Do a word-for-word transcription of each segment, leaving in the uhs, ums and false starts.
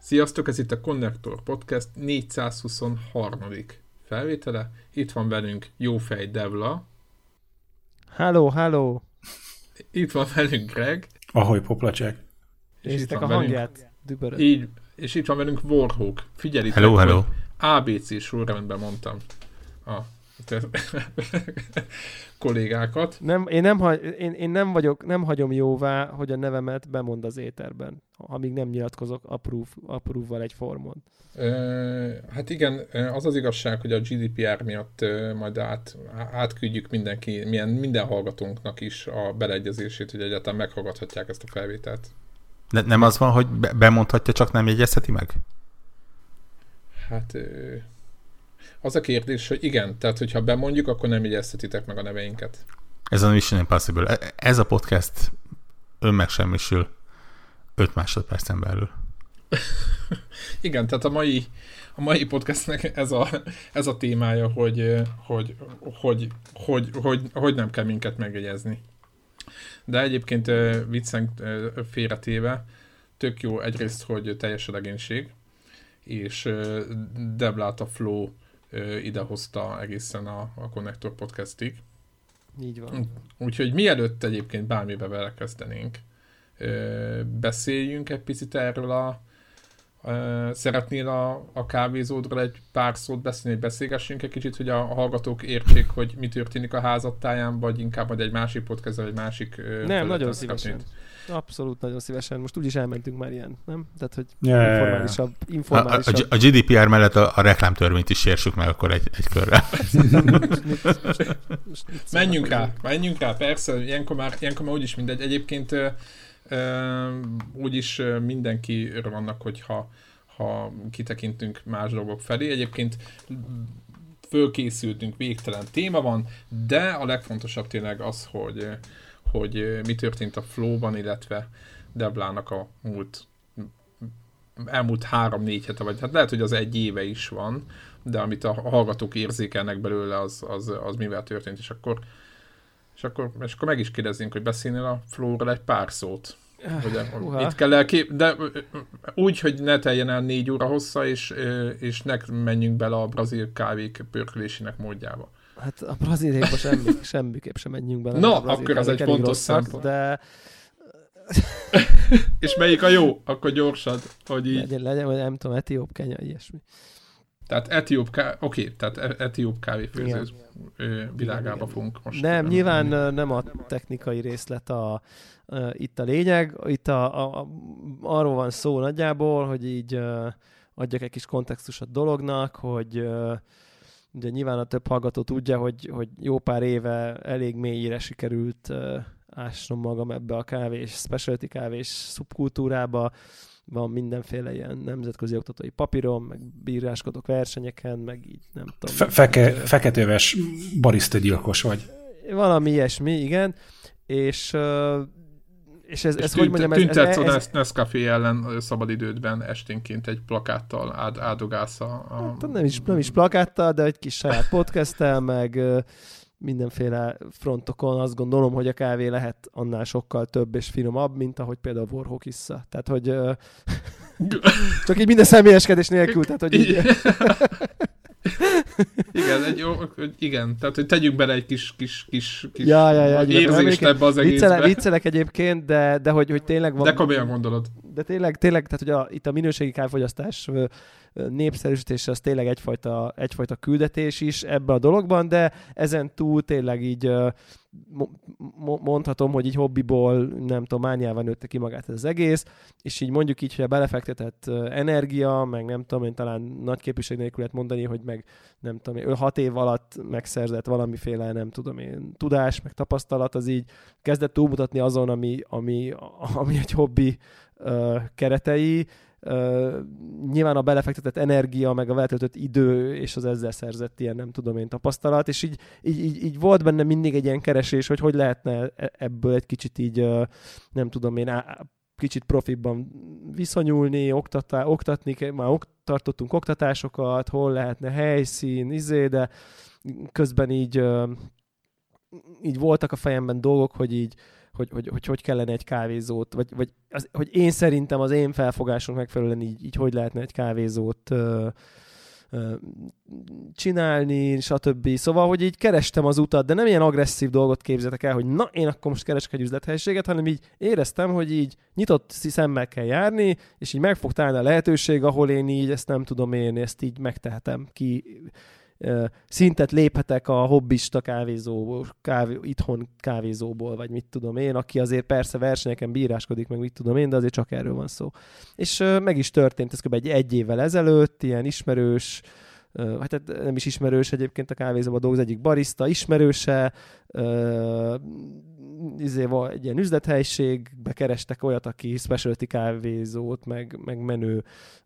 Sziasztok, ez itt a Konnektor Podcast négyszázhuszonharmadik felvétele. Itt van velünk Jófej Devla. Hello, hello. Itt van velünk Greg. Ahogy poplacsák. És itt a hangját dübörög. Így, és itt van velünk Warhawk. Figyelj, hello, hello. á bé cé sorrendben mondtam a kollégákat. Nem, én, nem hagy, én, én nem vagyok, nem hagyom jóvá, hogy a nevemet bemond az éterben, amíg nem nyilatkozok approve, approve-val egy formon. Uh, hát igen, az az igazság, hogy a gé dé pé er miatt uh, majd át, átküldjük mindenki, milyen, minden hallgatónknak is a beleegyezését, hogy egyáltalán meghallgathatják ezt a felvételt. De nem az van, hogy be- bemondhatja, csak nem jegyezheti meg? Hát uh, az a kérdés, hogy igen, tehát hogyha bemondjuk, akkor nem jegyezhetitek meg a neveinket. Ez a Mission Impossible. Ez a podcast önmegsemmisül öt másodpercen belül. Igen, tehát a mai, a mai podcastnek ez a, ez a témája, hogy, hogy, hogy, hogy, hogy, hogy nem kell minket megjegyezni. De egyébként viccen félretéve tök jó egyrészt, hogy teljes a legénység, és Deblát a Flow idehozta egészen a, a Konnektor Podcastig. Így van. Úgyhogy mielőtt egyébként bármibe vele kezdenénk, beszéljünk egy picit erről a Uh, szeretnél a, a kávézódról egy pár szót beszélni, hogy beszélgessünk egy kicsit, hogy a hallgatók értsék, hogy mi történik a házadtáján, vagy inkább majd egy másik podcast, egy másik... Uh, nem, nagyon szívesen. Szeretnéd. Abszolút nagyon szívesen. Most úgyis elmentünk már ilyen, nem? Tehát, hogy yeah. informálisabb. informálisabb. A, a, a gé dé pé er mellett a, a reklámtörvényt is sérsük meg akkor egy, egy körrel. menjünk rá, menjünk rá, persze, ilyenkor már, ilyenkor már úgyis mindegy. Egyébként Uh, úgyis uh, mindenki öröm annak, hogyha ha kitekintünk más dolgok felé. Egyébként fölkészültünk, végtelen téma van, de a legfontosabb tényleg az, hogy, hogy mi történt a Flow-ban, illetve Deblának a múlt elmúlt három-négy hete, vagy hát lehet, hogy az egy éve is van, de amit a hallgatók érzékelnek belőle, az, az, az mivel történt, és akkor És akkor, és akkor meg is kérdezzünk, hogy beszélnél a Flow-ról egy pár szót. Hogy uh, itt kell elkép... De úgy, hogy ne teljen el négy óra hossza, és, és ne menjünk bele a brazil kávék pörkölésének módjába. Hát a braziliékba semmi, semmiképp sem menjünk bele. No, akkor ez egy fontos szempont. De... és melyik a jó? Akkor gyorsad, hogy így... Legyen, legyen, nem tudom, etióp, kenya, ilyesmi. Tehát etióp kávé, oké, okay, tehát etióp kávéfőző világába igen, fogunk most. Nem, nyilván nem. nem a technikai részlet a, a, itt a lényeg, itt a, a, a, arról van szó nagyjából, hogy így uh, adjak egy kis kontextus a dolognak, hogy uh, ugye nyilván a több hallgató tudja, hogy, hogy jó pár éve elég mélyére sikerült uh, ásnom magam ebbe a kávés, specialty kávés szubkultúrába. Van mindenféle ilyen nemzetközi oktatói papírom, meg bíráskodok versenyeken, meg így nem tudom. Fe- feke, feketőves barista gyilkos vagy. Valami ilyesmi, igen. És, és ez, és ez tűnt, hogy mondjam... Tüntetsz ez, ez, a Nescafé ellen szabadidődben esténként egy plakáttal áld, áldogálsz a... a... Hát nem, is, nem is plakáttal, de egy kis saját podcasttel, meg mindenféle frontokon azt gondolom, hogy a kávé lehet annál sokkal több és finomabb, mint ahogy például Warhawk issza. Tehát, hogy csak így minden személyeskedés nélkül, tehát, hogy így... igen, egy jó, igen, tehát, hogy tegyük bele egy kis, kis, kis, kis ja, ja, ja, érzést ebbe az egészbe. Viccelek, viccelek egyébként, de, de hogy, hogy tényleg van... De komolyan gondolod. De tényleg, tényleg tehát, hogy a, itt a minőségi kávéfogyasztás népszerűsítése az tényleg egyfajta, egyfajta küldetés is ebben a dologban, de ezen túl tényleg így mondhatom, hogy így hobbiból, nem tudom, mániával nőtte ki magát ez az egész, és így mondjuk így, hogy a belefektetett energia, meg nem tudom én, talán nagy képviség nélkül lehet mondani, hogy meg nem tudom én, hat év alatt megszerzett valamiféle, nem tudom én, tudás, meg tapasztalat, az így kezdett túlmutatni azon, ami, ami, ami egy hobbi uh, keretei. Uh, nyilván a belefektetett energia, meg a beltöltött idő, és az ezzel szerzett ilyen, nem tudom én, tapasztalat, és így, így, így, így volt benne mindig egy ilyen keresés, hogy hogy lehetne ebből egy kicsit így, uh, nem tudom én, á, kicsit profibban viszonyulni, oktatá, oktatni, már ok, tartottunk oktatásokat, hol lehetne helyszín, izé, de közben így, uh, így voltak a fejemben dolgok, hogy így hogy hogy, hogy, hogy kellene egy kávézót, vagy, vagy az, hogy én szerintem az én felfogásom megfelelően így, így hogy lehetne egy kávézót ö, ö, csinálni, stb. Szóval, hogy így kerestem az utat, de nem ilyen agresszív dolgot képzeltek el, hogy na, én akkor most keresek egy üzlethelyiséget, hanem így éreztem, hogy így nyitott szemmel kell járni, és így meg fog találni a lehetőség, ahol én így ezt nem tudom én, ezt így megtehetem ki. Szintet léphetek a hobbista kávézó, kávé, itthon kávézóból, vagy mit tudom én, aki azért persze versenyeken bíráskodik, meg mit tudom én, de azért csak erről van szó. És meg is történt, ez kb. egy, egy évvel ezelőtt, ilyen ismerős, hát nem is ismerős egyébként a kávézóban dolgozó egyik barista, ismerőse, izé, egy ilyen üzlethelyiségbe kerestek olyat, aki specialty kávézót, meg, meg menő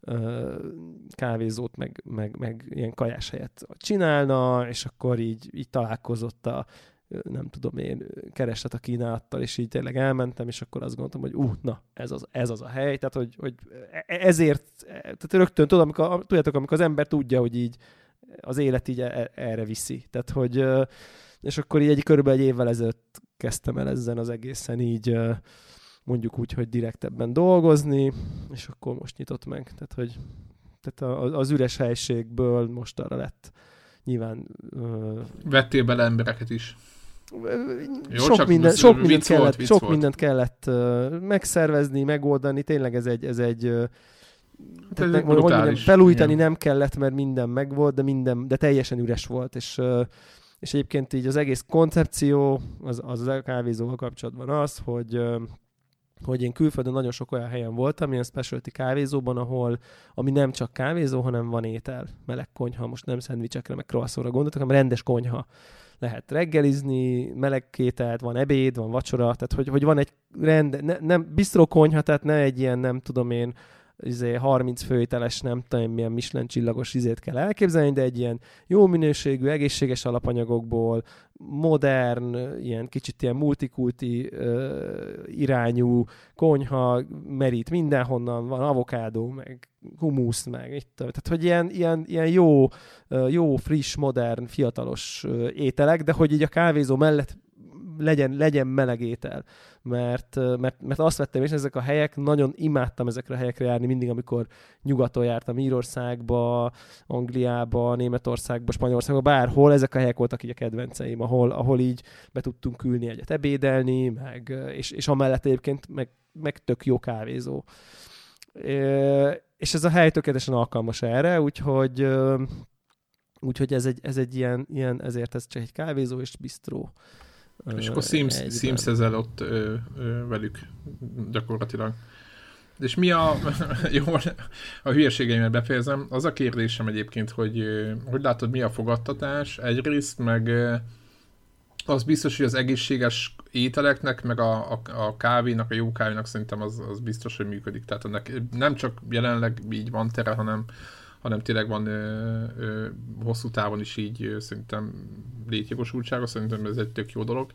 kávézót, meg, meg, meg ilyen kajás helyet csinálna, és akkor így, így találkozott a nem tudom én, keresett a kínálattal, és így tényleg elmentem, és akkor azt gondoltam, hogy uh, na, ez az, ez az a hely, tehát hogy, hogy ezért, tehát rögtön tudom, amikor, tudjátok, amikor az ember tudja, hogy így az élet így erre viszi. Tehát, hogy és akkor így egy körülbelül egy évvel ezelőtt kezdtem el ezen az egészen így mondjuk úgy, hogy direktebben dolgozni, és akkor most nyitott meg. Tehát, hogy tehát az üres helységből most arra lett nyilván... Vettél bele embereket is. Jó, sok, minden, sok, mindent, kellett, volt, sok mindent kellett uh, megszervezni, megoldani, tényleg ez egy, ez egy uh, tehát meg, hogy mondjam, felújítani igen. Nem kellett, mert minden megvolt, de minden, de teljesen üres volt, és, uh, és egyébként így az egész koncepció az, az a kávézóval kapcsolatban az, hogy uh, hogy én külföldön nagyon sok olyan helyen voltam, ilyen specialty kávézóban, ahol, ami nem csak kávézó, hanem van étel, meleg konyha, most nem szendvicsekre, meg croissontra gondoltak, hanem rendes konyha. Lehet reggelizni, meleg ételt, van ebéd, van vacsora, tehát hogy, hogy van egy rend, ne, nem bistró konyha, tehát ne egy ilyen, nem tudom én, izé, harminc főételes, nem tudom milyen Michelin csillagos izét kell elképzelni, de egy ilyen jó minőségű, egészséges alapanyagokból, modern, ilyen kicsit ilyen multikulti uh, irányú konyha, merít mindenhonnan, van avokádó, meg humusz, meg itt, tehát hogy ilyen, ilyen, ilyen jó, uh, jó, friss, modern, fiatalos uh, ételek, de hogy így a kávézó mellett legyen, legyen meleg étel. Mert, mert, mert azt vettem, és ezek a helyek, nagyon imádtam ezekre a helyekre járni mindig, amikor nyugaton jártam, Írországba, Angliába, Németországba, Spanyolországba, bárhol, ezek a helyek voltak így a kedvenceim, ahol, ahol így be tudtunk ülni egyet ebédelni, meg, és, és amellett egyébként meg, meg tök jó kávézó. És ez a hely tökéletesen alkalmas erre, úgyhogy, úgyhogy ez egy, ez egy ilyen, ilyen, ezért ez csak egy kávézó és bistró. És akkor Sims, Sims ezzel ott ö, ö, velük gyakorlatilag. És mi a... jó, a hülyeségeimet befejezem. Az a kérdésem egyébként, hogy hogy látod, mi a fogadtatás egyrészt, meg az biztos, hogy az egészséges ételeknek, meg a, a, a kávénak, a jó kávénak szerintem az, az biztos, hogy működik. Tehát ennek nem csak jelenleg így van tere, hanem hanem tényleg van ö, ö, hosszú távon is így ö, szerintem létjogosultsága, szerintem ez egy tök jó dolog.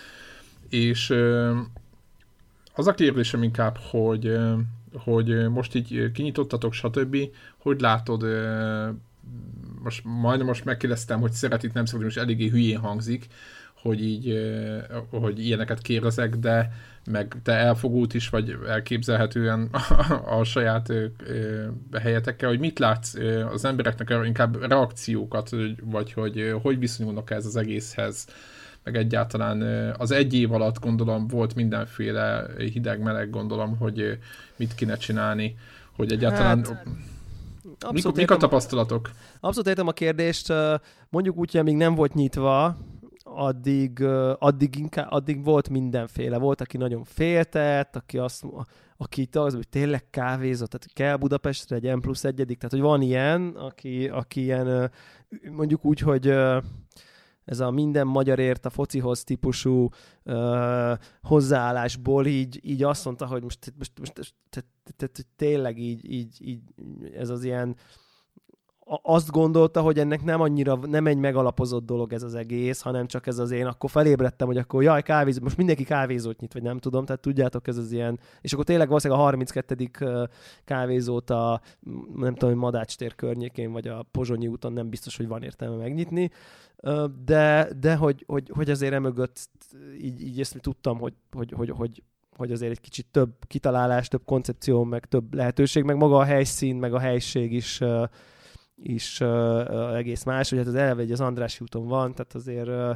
És ö, az a kérdésem inkább, hogy, ö, hogy most így kinyitottatok, stb. Hogy látod, ö, most majdnem most megkérdeztem, hogy szeretít, nem szeretít, most eléggé hülyén hangzik, hogy így, ö, hogy ilyeneket kérdezek, de meg te elfogult is, vagy elképzelhetően a, a saját ö, ö, helyetekkel, hogy mit látsz ö, az embereknek, inkább reakciókat, vagy hogy ö, hogy viszonyulnak ez az egészhez, meg egyáltalán ö, az egy év alatt gondolom volt mindenféle hideg-meleg, gondolom, hogy ö, mit kéne csinálni, hogy egyáltalán... Hát, mik, mik a tapasztalatok? Abszolút értem a kérdést, mondjuk úgy, hogy még nem volt nyitva, addig, addig, inkább, addig volt mindenféle. Volt, aki nagyon féltett, aki azt, aki az, hogy tényleg kávézott, tehát kell Budapestre egy M plusz egyedik, tehát hogy van ilyen, aki, aki ilyen, mondjuk úgy, hogy ez a minden magyarért a focihoz típusú uh, hozzáállásból így, így azt mondta, hogy most, most, most tehát, tehát, tényleg így, így, így ez az ilyen azt gondolta, hogy ennek nem annyira, nem egy megalapozott dolog ez az egész, hanem csak ez az én, akkor felébredtem, hogy akkor jaj, kávézó, most mindenki kávézót nyit, vagy nem tudom, tehát tudjátok, ez az ilyen, és akkor tényleg valószínűleg a harminckettedik kávézót a, nem tudom, Madács tér környékén, vagy a Pozsonyi úton nem biztos, hogy van értelme megnyitni, de, de hogy, hogy, hogy azért emögött így, így ezt tudtam, hogy, hogy, hogy, hogy hogy azért egy kicsit több kitalálás, több koncepció, meg több lehetőség, meg maga a helyszín, meg a helység is, uh, is uh, egész más. Ugye hát az eleve az Andrássy úton van, tehát azért uh,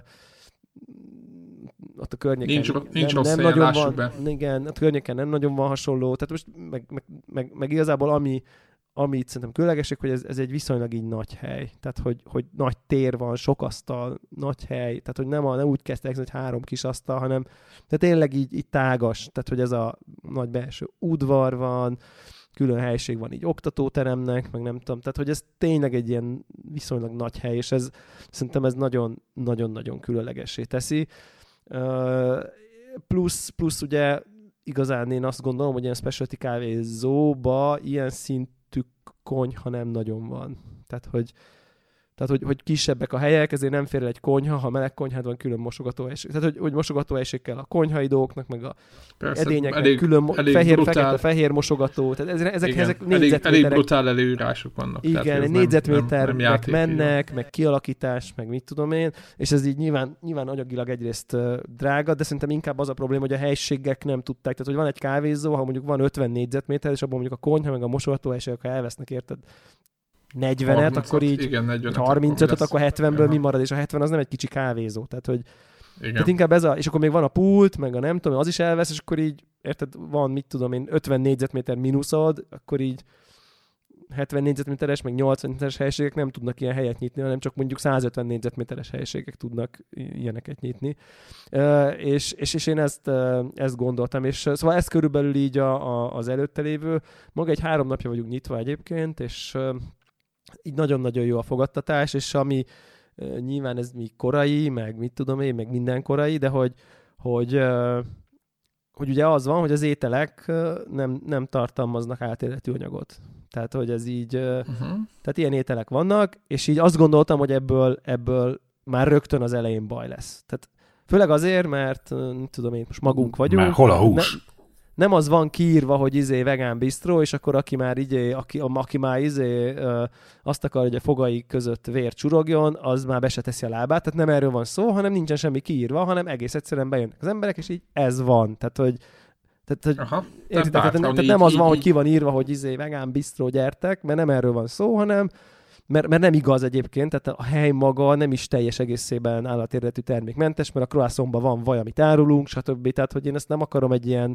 ott a környéken nincs, nem, nincs nem, rossz nem helyen, nagyon van, be. Igen, a környéken nem nagyon van hasonló, tehát most meg, meg, meg, meg igazából ami ami itt szerintem különlegesek, hogy ez, ez egy viszonylag így nagy hely. Tehát, hogy, hogy nagy tér van, sok asztal, nagy hely. Tehát, hogy nem, a, nem úgy kezdtek, hogy három kis asztal, hanem tehát tényleg így, így tágas. Tehát, hogy ez a nagy belső udvar van, külön helység van így oktatóteremnek, meg nem tudom. Tehát, hogy ez tényleg egy ilyen viszonylag nagy hely, és ez szerintem ez nagyon-nagyon különlegessé teszi. Uh, plusz, plusz ugye igazán én azt gondolom, hogy ilyen specialty kávézóba ilyen szint konyha nem nagyon van. Tehát, hogy, tehát hogy, hogy kisebbek a helyek, ezért nem fér el egy konyha, ha meleg konyhád van, külön mosogatóhelység. Tehát, hogy, hogy mosogatóhelység kell a konyhai dolgoknak, meg a Persze, edényeknek, elég, külön mo- elég fehér, brutál, fekete, fehér mosogató. Tehát ezek, ezek, igen, ezek négyzetméterek. Elég, elég brutál előírások vannak. Igen, négyzetméternek mennek, meg kialakítás, meg mit tudom én, és ez így nyilván, nyilván anyagilag egyrészt uh, drága, de szerintem inkább az a probléma, hogy a helységek nem tudták. Tehát, hogy van egy kávézó, ha mondjuk van ötven négyzetméter, és abban mondjuk a konyha, meg a mosogatóhelység, ha elvesznek, érted? negyvenet, harmincat, akkor így igen, harmincötöt, akkor hetvenből mi marad, és a hetven az nem egy kicsi kávézó, tehát hogy tehát inkább ez a, és akkor még van a pult, meg a nem tudom, az is elvesz, és akkor így, érted, van, mit tudom én, ötven négyzetméter mínuszod, akkor így hetven négyzetméteres, meg nyolcvan négyzetméteres helyiségek nem tudnak ilyen helyet nyitni, hanem csak mondjuk százötven négyzetméteres helyiségek tudnak ilyeneket nyitni. Uh, és, és, és én ezt, uh, ezt gondoltam, és uh, szóval ez körülbelül így a, a, az előtte lévő. Maga egy három napja vagyunk nyitva egyébként, és uh, így nagyon-nagyon jó a fogadtatás, és ami uh, nyilván ez mi korai, meg mit tudom én, meg minden korai, de hogy, hogy, uh, hogy ugye az van, hogy az ételek uh, nem, nem tartalmaznak átélhető anyagot. Tehát, hogy ez így, uh, uh-huh. tehát ilyen ételek vannak, és így azt gondoltam, hogy ebből, ebből már rögtön az elején baj lesz. Tehát főleg azért, mert nem tudom én, most magunk vagyunk. Már hol a hús? Ne, nem az van kiírva, hogy izé vegán bistró, és akkor aki már izé, aki, aki már izé ö, azt akar, hogy a fogai között vér csurogjon, az már be se teszi a lábát. Tehát nem erről van szó, hanem nincsen semmi kiírva, hanem egész egyszerűen bejönnek az emberek, és így ez van. Tehát, hogy Tehát, hogy Aha, értitek, tehát, tehát, tehát nem az van, hogy ki van írva, hogy izé vegán bistró gyertek, mert nem erről van szó, hanem mert, mert nem igaz egyébként, tehát a hely maga nem is teljes egészében állateredetű termékmentes, mert a croissantban van vaj, amit árulunk, stb. Tehát, hogy én ezt nem akarom egy ilyen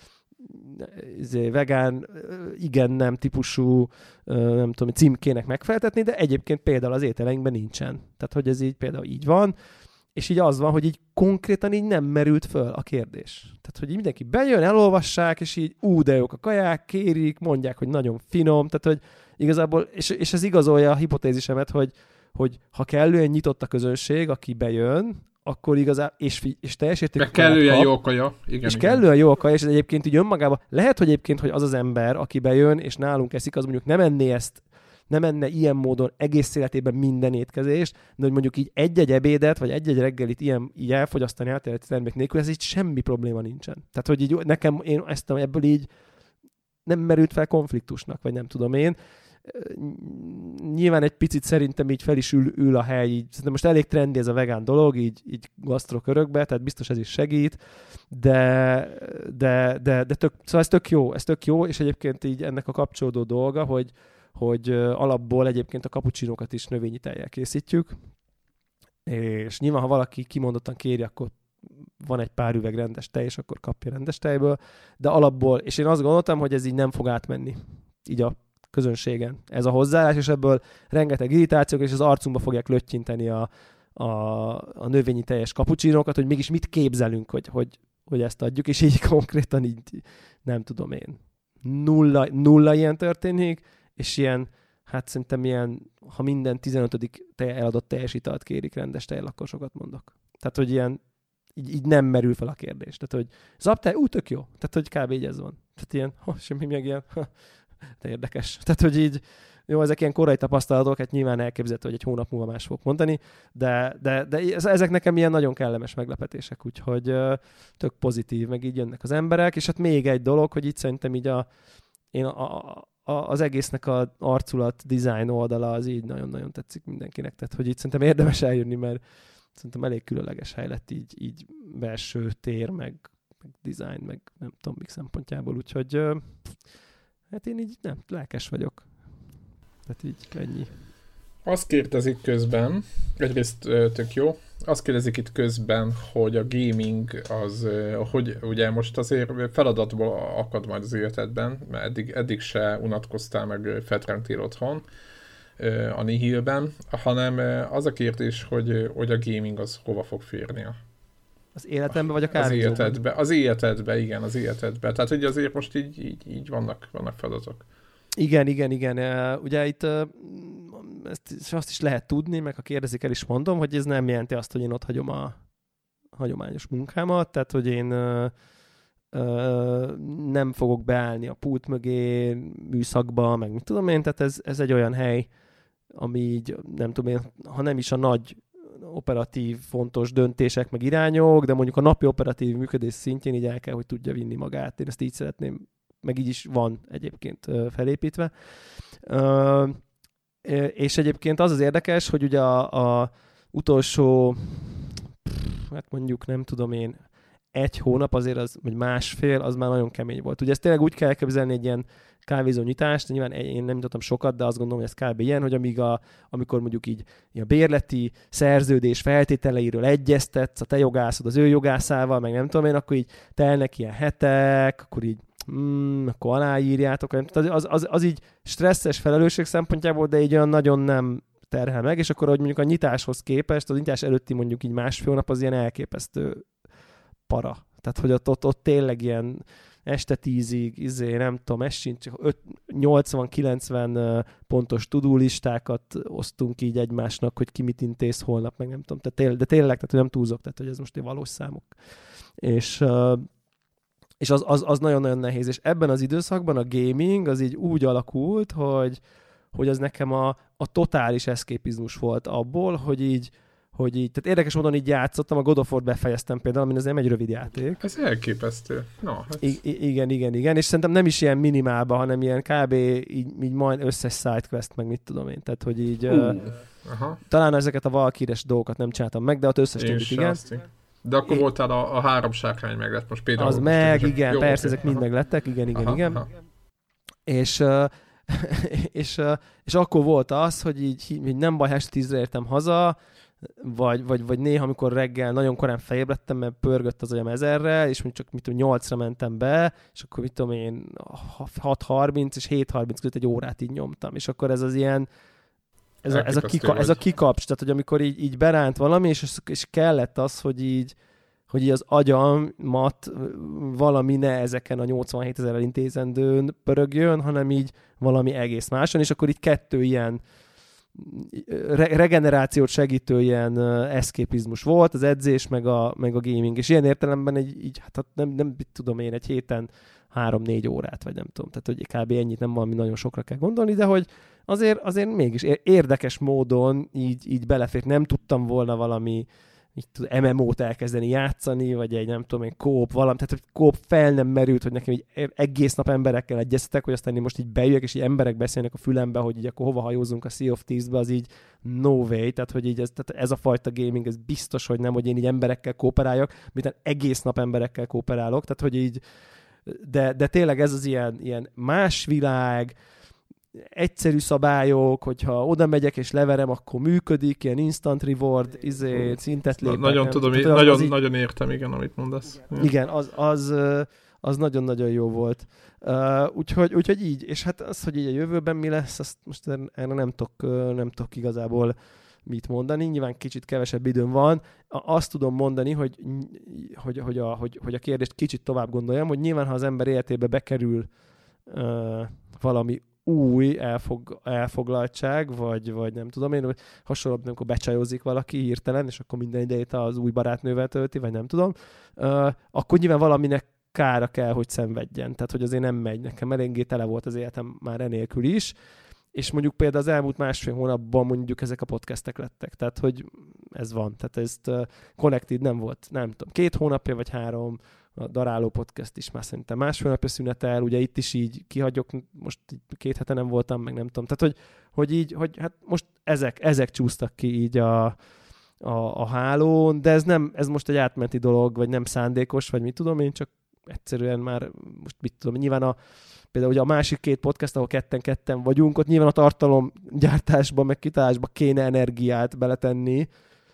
izé, vegán, igen-nem típusú, nem tudom, címkének megfeltetni, de egyébként például az ételeinkben nincsen. Tehát, hogy ez így például így van, és így az van, hogy így konkrétan így nem merült föl a kérdés. Tehát, hogy így mindenki bejön, elolvassák, és így ú, de jók a kaják, kérik, mondják, hogy nagyon finom, tehát, hogy igazából, és, és ez igazolja a hipotézisemet, hogy, hogy ha kellően nyitott a közönség, aki bejön, akkor igazából, és, és teljes értékű kaját kap. Kellően jó kaja. Igen, és igen. kellően jó a kaja, és ez egyébként így önmagában, lehet, hogy egyébként, hogy az az ember, aki bejön, és nálunk eszik, az mondjuk nem enné ezt, nem enne ilyen módon egész életében minden étkezést, de hogy mondjuk így egy-egy ebédet, vagy egy-egy reggelit ilyen, így elfogyasztani átéleti termék nélkül, ez így semmi probléma nincsen. Tehát, hogy így nekem, én ezt ebből így nem merült fel konfliktusnak, vagy nem tudom én. Nyilván egy picit szerintem így fel is ül, ül a hely, így, szerintem most elég trendi ez a vegán dolog, így, így gasztrokörökbe, tehát biztos ez is segít, de, de, de, de tök, szóval ez tök jó, ez tök jó, és egyébként így ennek a kapcsolódó dolga, hogy hogy alapból egyébként a kapucsinókat is növényi tejjel készítjük, és nyilván, ha valaki kimondottan kéri, akkor van egy pár üveg rendes tej, és akkor kapja rendes tejből, de alapból, és én azt gondoltam, hogy ez így nem fog átmenni, így a közönségen. Ez a hozzáállás, és ebből rengeteg irritációk, és az arcunkba fogják löttyinteni a, a, a növényi teljes kapucsinókat, hogy mégis mit képzelünk, hogy, hogy, hogy ezt adjuk, és így konkrétan így nem tudom én. Nulla, nulla ilyen történik, és ilyen, hát szerintem ilyen, ha minden tizenötödik te eladott teljes italt kérik rendes tejjel, akkor sokat mondok. Tehát, hogy ilyen, így, így nem merül fel a kérdés. Tehát, hogy zaptej, ú, tök jó. Tehát, hogy kb. Így ez van. Tehát ilyen, ha, semmi meg ilyen, ha, De érdekes. Tehát, hogy így, jó, ezek ilyen korai tapasztalatok, hát nyilván elképzelhető, hogy egy hónap múlva más fogok mondani, de, de, de ezek nekem ilyen nagyon kellemes meglepetések, úgyhogy uh, tök pozitív, meg így jönnek az emberek, és hát még egy dolog, hogy itt szerintem így a, én a, a, a, az egésznek a arculat, design oldala az így nagyon-nagyon tetszik mindenkinek, tehát hogy itt szerintem érdemes eljönni, mert szerintem elég különleges hely lett így, így belső tér, meg, meg design, meg nem tudom mik szempontjából, úgyhogy uh, hát én így nem, lelkes vagyok. Tehát így ennyi. Azt kérdezik közben, egyrészt tök jó, azt kérdezik itt közben, hogy a gaming az, hogy ugye most azért feladatból akad majd az életedben, mert eddig, eddig se unatkoztál meg fetrengtél otthon a Nihilben, hanem az a kérdés, hogy, hogy a gaming az hova fog férnie. Az életembe vagy a kávézóban? Az életedbe, az életedbe, igen, az életedbe. Tehát ugye azért most így, így, így vannak, vannak feladatok. Igen, igen, igen. Ugye itt ezt, azt is lehet tudni, meg ha kérdezik, el is mondom, hogy ez nem jelenti azt, hogy én ott hagyom a hagyományos munkámat, tehát hogy én ö, ö, nem fogok beállni a pult mögé, műszakba, meg mit tudom én, tehát ez, ez egy olyan hely, ami így, nem tudom én, ha nem is a nagy operatív, fontos döntések, meg irányok, de mondjuk a napi operatív működés szintjén így el kell, hogy tudja vinni magát. Én ezt így szeretném, meg így is van egyébként felépítve. És egyébként az az érdekes, hogy ugye a, a utolsó, hát mondjuk nem tudom én, egy hónap azért az, vagy másfél, az már nagyon kemény volt. Ugye ezt tényleg úgy kell elképzelni egy ilyen kávézó nyitást, nyilván én nem tudtam sokat, de azt gondolom, hogy ez kb. Ilyen, hogy amíg a, amikor mondjuk így a bérleti szerződés feltételeiről egyeztetsz, a te jogászod az ő jogászával, meg nem tudom én, akkor így telnek ilyen hetek, akkor így mm, akkor aláírjátok, az, az, az így stresszes felelősség szempontjából, de így olyan nagyon nem terhel meg, és akkor, hogy mondjuk a nyitáshoz képest, az nyitás előtti mondjuk így másfél hónap az ilyen elképesztő para. Tehát, hogy ott, ott, ott tényleg ilyen este tízig, izé, nem tudom, ez sincs, nyolcvan-kilencven pontos to-do listákat osztunk így egymásnak, hogy ki mit intéz holnap, meg nem tudom, tehát tényleg, de tényleg, tehát hogy nem túlzok, tehát hogy ez most egy valós számok. És, és az, az, az nagyon-nagyon nehéz. És ebben az időszakban a gaming az így úgy alakult, hogy, hogy az nekem a, a totális eszképizmus volt abból, hogy így hogy így, tehát érdekes módon így játszottam, a God of War-t befejeztem például, ami az nem egy rövid játék. Ez elképesztő. No, hát... I- igen, igen, igen, és szerintem nem is ilyen minimálban, hanem ilyen kb. így, így majd összes sidequest, meg mit tudom én, tehát hogy így uh, uh, talán ezeket a Valkyries dolgokat nem csináltam meg, de ott összes többit igen. De akkor é... voltál a, a három sárkány meg lett most például. Az meg, igen, jó, persze, okay. Ezek mind meg lettek, igen, igen, aha, igen. Aha. És... Uh, és, uh, és akkor volt az, hogy így, így nem baj, este tízre értem haza, Vagy, vagy, vagy néha, amikor reggel nagyon korán felébredtem, mert pörgött az agyam ezerre, és mondjuk csak mit tudom, nyolcra mentem be, és akkor mit tudom én, hat harminc és hét harminc között egy órát így nyomtam. És akkor ez az ilyen, ez a, ez a, kika, ez a kikaps, tehát hogy amikor így, így beránt valami, és, és kellett az, hogy így, hogy így az agyamat valami ne ezeken a nyolcvanhét ezerrel intézendőn pörögjön, hanem így valami egész máson, és akkor így kettő ilyen Re- regenerációt segítő ilyen uh, eszképizmus volt, az edzés, meg a, meg a gaming, és ilyen értelemben egy, így, hát nem, nem tudom én, egy héten három-négy órát, vagy nem tudom, tehát hogy kb. Ennyit nem valami nagyon sokra kell gondolni, de hogy azért, azért mégis érdekes módon így, így belefért, nem tudtam volna valami em em ó-t elkezdeni játszani, vagy egy nem tudom én, kóp valami, tehát hogy kóp fel nem merült, hogy nekem így egész nap emberekkel egyeztetek, hogy aztán én most így bejöjjek, és így emberek beszélnek a fülembe, hogy így akkor hova hajózunk a Sea of Thieves-be, az így no way, tehát hogy így ez, tehát ez a fajta gaming, ez biztos, hogy nem, hogy én így emberekkel kooperáljak, miután egész nap emberekkel kooperálok, tehát hogy így, de, de tényleg ez az ilyen, ilyen más világ, egyszerű szabályok, hogyha oda megyek és leverem, akkor működik, ilyen instant reward, izé, szintet lépek. Na, nagyon nem, tudom, tehát, nagyon, így, nagyon értem, igen, amit mondasz. Igen, az, az, az nagyon-nagyon jó volt. Uh, úgyhogy, úgyhogy így, és hát az, hogy így a jövőben mi lesz, azt most erre nem tudok, nem tudok igazából mit mondani. Nyilván kicsit kevesebb időm van. Azt tudom mondani, hogy, hogy, hogy, a, hogy, hogy a kérdést kicsit tovább gondoljam, hogy nyilván, ha az ember életébe bekerül uh, valami új elfog, elfoglaltság, vagy, vagy nem tudom én, hasonlóan, amikor becsajozik valaki hirtelen, és akkor minden idejét az új barátnővel tölti, vagy nem tudom, uh, akkor nyilván valaminek kára kell, hogy szenvedjen. Tehát, hogy azért nem megy. Nekem eléggé tele volt az életem már enélkül is. És mondjuk például az elmúlt másfél hónapban mondjuk ezek a podcastek lettek. Tehát, hogy ez van. Tehát ezt uh, Connected nem volt, nem tudom, két hónapja vagy három, a Daráló podcast is már szerintem másfél napja szünetel, ugye itt is így kihagyok, most két hete nem voltam, meg nem tudom. Tehát, hogy, hogy így, hogy hát most ezek, ezek csúsztak ki így a, a, a hálón, de ez nem, ez most egy átmeneti dolog, vagy nem szándékos, vagy mit tudom én, csak egyszerűen már most mit tudom, nyilván a például ugye a másik két podcast, ahol ketten-ketten vagyunk, ott nyilván a tartalomgyártásba, meg kitálásba kéne energiát beletenni.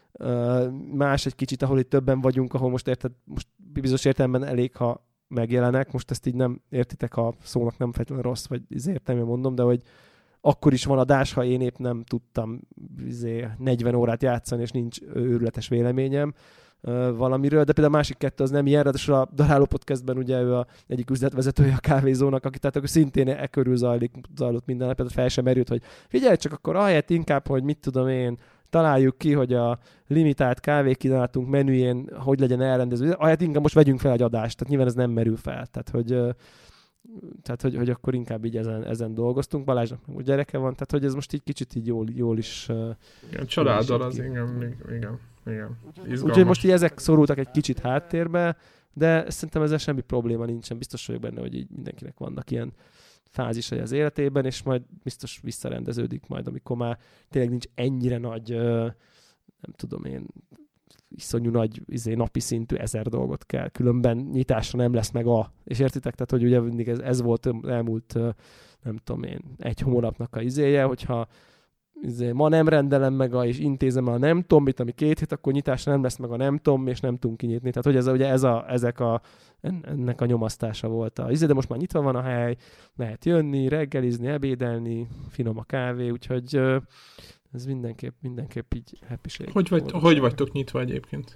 Más egy kicsit, ahol itt többen vagyunk, ahol most érted, most bizonyos értelemben elég, ha megjelenek. Most ezt így nem értitek, a szónak nem feltétlenül rossz, vagy értelmében mondom, de hogy akkor is van adás, ha én épp nem tudtam izé, negyven órát játszani, és nincs őrületes véleményem valamiről, de például a másik kettő az nem ilyen, ráadásul a Daráló podcastben ugye ő a egyik üzletvezetője a kávézónak, aki tehát akkor szintén e körül zajlik, zajlott minden nap, például fel sem merült, hogy figyelj csak akkor ahelyett inkább, hogy mit tudom én, találjuk ki, hogy a limitált kávékínálatunk menüjén hogy legyen elrendező, ahelyett inkább most vegyünk fel egy adást, tehát nyilván ez nem merül fel, tehát hogy tehát, hogy, hogy akkor inkább így ezen, ezen dolgoztunk. Balázsnak meg gyereke van, tehát hogy ez most így kicsit így jól, jól is... Igen, családdal az, igen, igen, igen. Úgyhogy most így ezek szorultak egy kicsit háttérbe, de szerintem ezzel semmi probléma nincsen. Biztos vagyok benne, hogy így mindenkinek vannak ilyen fázisai az életében, és majd biztos visszarendeződik majd, amikor már tényleg nincs ennyire nagy, nem tudom én, iszonyú nagy izé, napi szintű ezer dolgot kell, különben nyitásra nem lesz meg a... És értitek? Tehát, hogy ugye mindig ez, ez volt elmúlt, nem tudom én, egy hónapnak a izéje, hogyha izé, ma nem rendelem meg a, és intézem a nem tombit, ami két hét, akkor nyitásra nem lesz meg a nem tomb, és nem tudunk kinyitni. Tehát, hogy ez, ugye ez a, ezek a, ennek a nyomasztása volt a izé, de most már nyitva van a hely, lehet jönni, reggelizni, ebédelni, finom a kávé, úgyhogy ez mindenképp, mindenképp így happység. Hogy, vagy, hogy vagytok nyitva egyébként?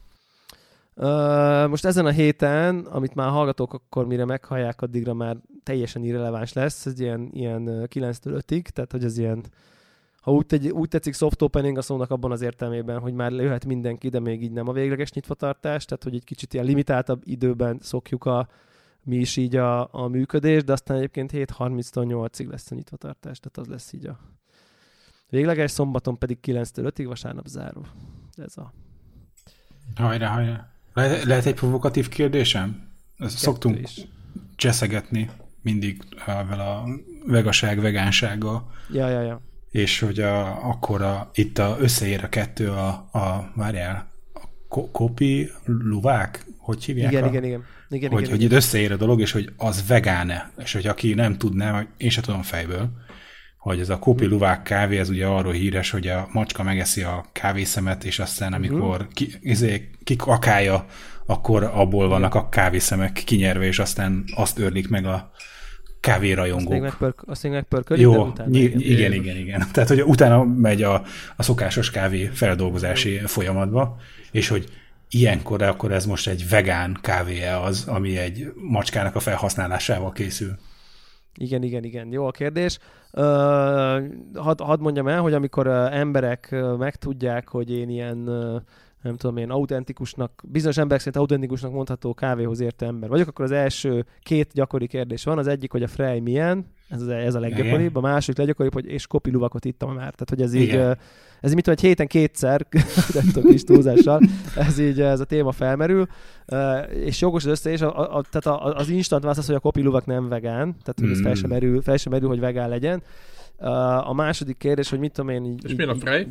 Uh, most ezen a héten, amit már hallgatók, akkor mire meghallják, addigra már teljesen irreleváns lesz, ez ilyen, ilyen kilenctől ötig, tehát hogy ez ilyen, ha úgy, tegy, úgy tetszik soft opening a szónak abban az értelmében, hogy már jöhet mindenki, de még így nem a végleges nyitvatartás, tehát hogy egy kicsit ilyen limitáltabb időben szokjuk a, mi is így a, a működés, de aztán egyébként hét harminctól nyolcig lesz a nyitvatartás, tehát az lesz így a végleges, szombaton pedig kilenctől ötig, vasárnap zárva. Ez a... Hajrá, hajrá. Le- lehet egy provokatív kérdésem? Ezt szoktunk is cseszegetni mindig vele a vegaság, vegánsággal. Ja, ja, ja. És hogy a, akkor a, itt a, összeér a kettő a, a várjál, a ko- kopi luvák? Hogy hívják? Igen, a, igen, igen. igen, hogy, igen, hogy igen. itt összeér a dolog, és hogy az vegán-e. És hogy aki nem tudná, én sem tudom fejből, hogy ez a kopi luvák kávé, ez ugye arról híres, hogy a macska megeszi a kávészemet, és aztán amikor ki, izé, kikakálja, akkor abból vannak a kávészemek kinyerve, és aztán azt örlik meg a kávérajongók. Azt még megpörkölik, Jó, de utána... Ny- igen, igen, igen, igen. Tehát, hogy utána megy a, a szokásos kávé feldolgozási folyamatba, és hogy ilyenkor, akkor ez most egy vegán kávé az, ami egy macskának a felhasználásával készül. Igen, igen, igen. Jó a kérdés. Uh, hadd had mondjam el, hogy amikor uh, emberek uh, megtudják, hogy én ilyen, uh, nem tudom én, autentikusnak, bizonyos emberek szerint autentikusnak mondható kávéhoz értő ember vagyok, akkor az első két gyakori kérdés van. Az egyik, hogy a Frey milyen, ez, ez a leggyakoribb, a második leggyakoribb, hogy és kopi luvakot ittam már. Tehát, hogy ez így, uh, ez mit tudom, egy héten kétszer, nem tudom, kis túlzással, ez így, ez a téma felmerül, uh, és jogos az összeés, a, a, tehát a, az instant válasz az, hogy a kopi luvak nem vegán, tehát hogy ez fel sem merül, fel sem merül, hogy vegán legyen. Uh, a második kérdés, hogy mit tudom én... Így, és mi a Frey?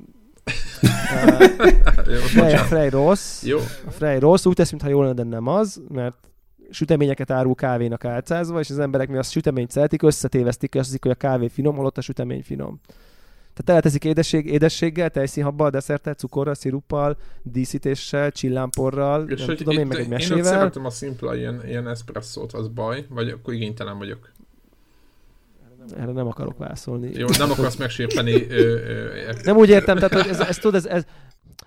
Uh, Frey, a Frey rossz. Jó. A Frey rossz, úgy tesz, mintha jól lenne, de nem az, mert süteményeket árul kávénak álcázva, és az emberek mi azt süteményt szeretik, összetévesztik, azt hiszik, hogy a kávé finom, holott a sütemény finom. Tehát teleteszik édesség, édességgel, tejszínhabbal, desszerttel, cukorral, sziruppal, díszítéssel, csillámporral, és nem tudom én, meg egy mesével. Én ott szeretem a szimpla ilyen, ilyen eszpresszót, az baj, vagy akkor igénytelen vagyok. Erre nem akarok válaszolni. Jó, nem akarsz megsérteni. Ö, ö, nem úgy értem, tehát hogy ez, ez, tudod, ez, ez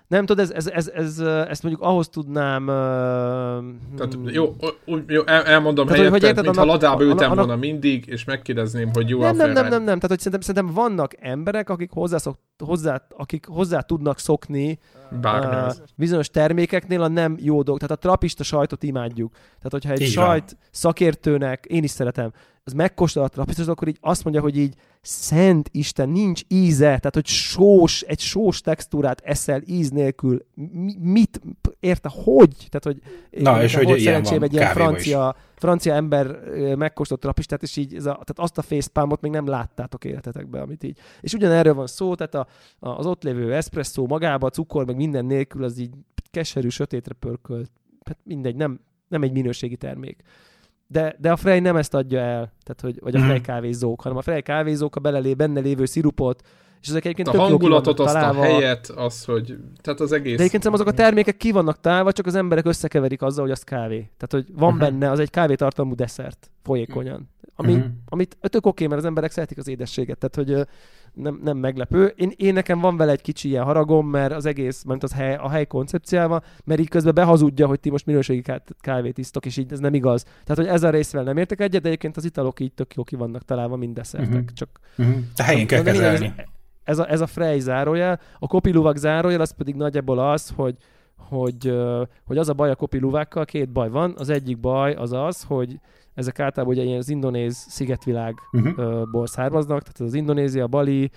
Nem tudod, ez, ez, ez, ez, ezt mondjuk ahhoz tudnám... Uh, Tehát, jó, jó, el, elmondom tehát, helyetted, hogy érted, mintha annak, ladába ültem annak, volna mindig, és megkérdezném, hogy jó nem, a nem, nem, Ferrari. nem, nem, tehát hogy szerintem, szerintem vannak emberek, akik hozzá, szok, hozzá, akik hozzá tudnak szokni uh, bizonyos termékeknél a nem jó dolgok. Tehát a trapista sajtot imádjuk. Tehát, hogyha egy így sajt van. Szakértőnek, én is szeretem, az megkóstol a trapistot, akkor így azt mondja, hogy így szent Isten, nincs íze, tehát hogy sós, egy sós textúrát eszel íz nélkül. Mi, mit, érte, hogy? Tehát, hogy na, és hogy ilyen van, egy ilyen francia, francia ember megkóstolt trapistát, és így ez a, tehát azt a facepalmot még nem láttátok életetekben, amit így. És ugyanerről van szó, tehát a, a, az ott lévő espresszó magába, cukor, meg minden nélkül, az így keserű, sötétre pörkölt. Hát mindegy, nem, nem egy minőségi termék. De, de a Frey nem ezt adja el, tehát hogy, vagy a Frey kávézók, hanem a Frey kávézók a belelé, benne lévő szirupot, és ezek egyébként a tök hangulatot, azt találva, a helyet, az, hogy tehát az egész... De egyébként azok a termékek ki vannak találva, csak az emberek összekeverik azzal, hogy az kávé. Tehát, hogy van uh-huh. benne, az egy kávétartalmú desszert, folyékonyan. Ami, uh-huh. amit tök oké, mert az emberek szeretik az édességet, tehát hogy nem, nem meglepő. Én, én nekem van vele egy kicsi ilyen haragom, mert az egész, mert az hely, a hely koncepciával, mert így közben behazudja, hogy ti most minőségi kávét isztok, és így ez nem igaz. Tehát, hogy ezzel részvel nem értek egyet, de egyébként az italok így tök jó ki vannak találva, mind desszertek. Uh-huh. Csak uh-huh. De helyén kell kezelni. Ez a, ez a Frey zárójel. A kopiluvak zárójel az pedig nagyjából az, hogy, hogy, hogy az a baj a kopiluvákkal, két baj van. Az egyik baj az az, hogy ezek általában ugye ilyen az indonéz szigetvilágból uh-huh. származnak, tehát az Indonézia, Bali,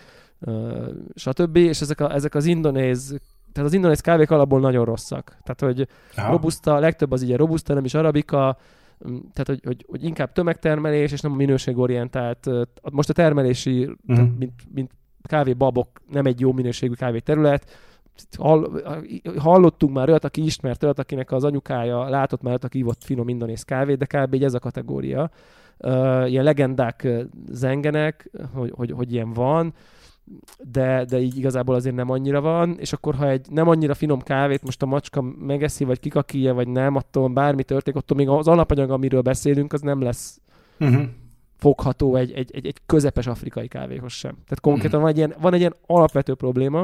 stb. És ezek, a, ezek az indonéz, tehát az indonéz kávék alapból nagyon rosszak. Tehát, hogy Aha. robusta, legtöbb az ugye robusta, nem is arabika, tehát, hogy, hogy, hogy inkább tömegtermelés, és nem a minőségorientált. Most a termelési, uh-huh. tehát, mint, mint kávébabok nem egy jó minőségű kávéterület. Hall, hallottunk már olyat, aki ismert olyat, akinek az anyukája látott már olyat, aki ívott finom indonéz kávét, de kb. Ez a kategória. Uh, ilyen legendák zengenek, hogy, hogy, hogy ilyen van, de, de így igazából azért nem annyira van, és akkor ha egy nem annyira finom kávét most a macska megeszi, vagy kikakíja, vagy nem, attól bármi történik, attól még az alapanyag, amiről beszélünk, az nem lesz uh-huh. fogható egy, egy, egy, egy közepes afrikai kávéhoz sem. Tehát konkrétan van egy, ilyen, van egy ilyen alapvető probléma.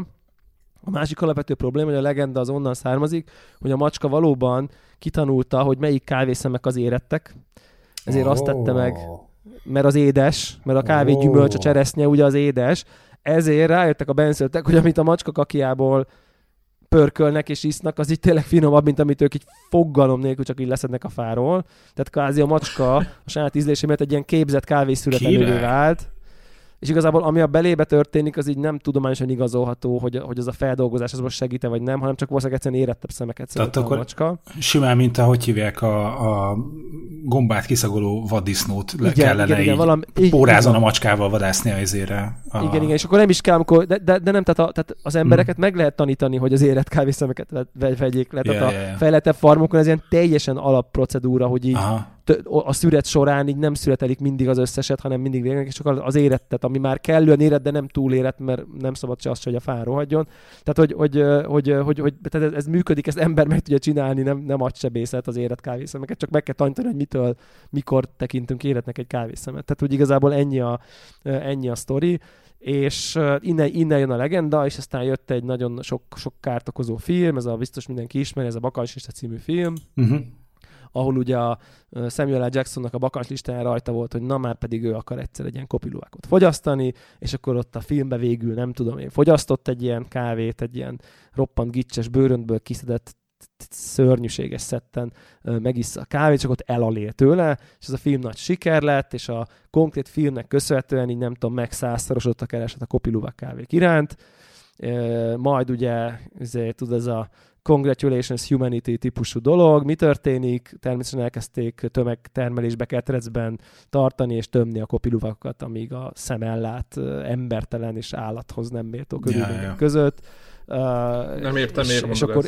A másik alapvető probléma, hogy a legenda az onnan származik, hogy a macska valóban kitanulta, hogy melyik kávészemek az érettek. Ezért oh. azt tette meg, mert az édes, mert a kávé oh. gyümölcs, a cseresznye ugye az édes. Ezért rájöttek a benszülöttek, hogy amit a macska kakiából pörkölnek és isznak, az így tényleg finomabb, mint amit ők így foggalom nélkül csak így leszednek a fáról. Tehát kvázi a macska a saját ízlése miatt egy ilyen képzett kávészületelővé vált. És igazából ami a belébe történik, az így nem tudományosan igazolható, hogy, hogy az a feldolgozás az most segít-e vagy nem, hanem csak valószínűleg egyszerűen érettebb szemeket szeret a macska. Simán, mint ahogy hívják a, a gombát kiszagoló vaddisznót le igen, kellene igen, igen, így valami, pórázon így, a macskával vadászni a izére. A... Igen, igen, és akkor nem is kell, amikor, de, de, de nem, tehát, a, tehát az embereket hmm. meg lehet tanítani, hogy az érett kávészemeket vegyék le. Tehát yeah, a yeah, yeah. fejlettebb farmokon ez ilyen teljesen alapprocedúra, hogy így Aha. a szüret során így nem születelik mindig az összeset, hanem mindig végnek, és csak az érettet, ami már kellően érett, de nem túl érett, mert nem szabad se azt, hogy a fán rohadjon. Tehát, hogy, hogy, hogy, hogy, hogy tehát ez, ez működik, ezt ember meg tudja csinálni, nem, nem agysebészet az érett kávészemeket, csak meg kell tanítani, hogy mitől, mikor tekintünk éretnek egy kávészemet. Tehát, hogy igazából ennyi a, ennyi a sztori. És innen, innen jön a legenda, és aztán jött egy nagyon sok, sok kárt okozó film, ez a biztos mindenki ismeri, ez a Bakancslista című film, uh-huh. ahol ugye a Samuel L. Jacksonnak a bakancslistáján rajta volt, hogy na már pedig ő akar egyszer egy ilyen kopiluvákot fogyasztani, és akkor ott a filmbe végül nem tudom én, fogyasztott egy ilyen kávét, egy ilyen roppant gicses bőröntből kiszedett szörnyűséges szetten megissza a kávét, csak ott elalél tőle, és ez a film nagy siker lett, és a konkrét filmnek köszönhetően így nem tudom, meg százszorosodott a kereslet a kopiluvák kávék iránt. Majd ugye, ezért, tudod, ez a Congratulations Humanity típusú dolog. Mi történik? Természetesen elkezdték tömegtermelésbe ketrecben tartani és tömni a kopiluvakat, amíg a szem ellát embertelen és állathoz nem méltó körülmények ja, ja. között. Uh, nem értem, és, miért és akkor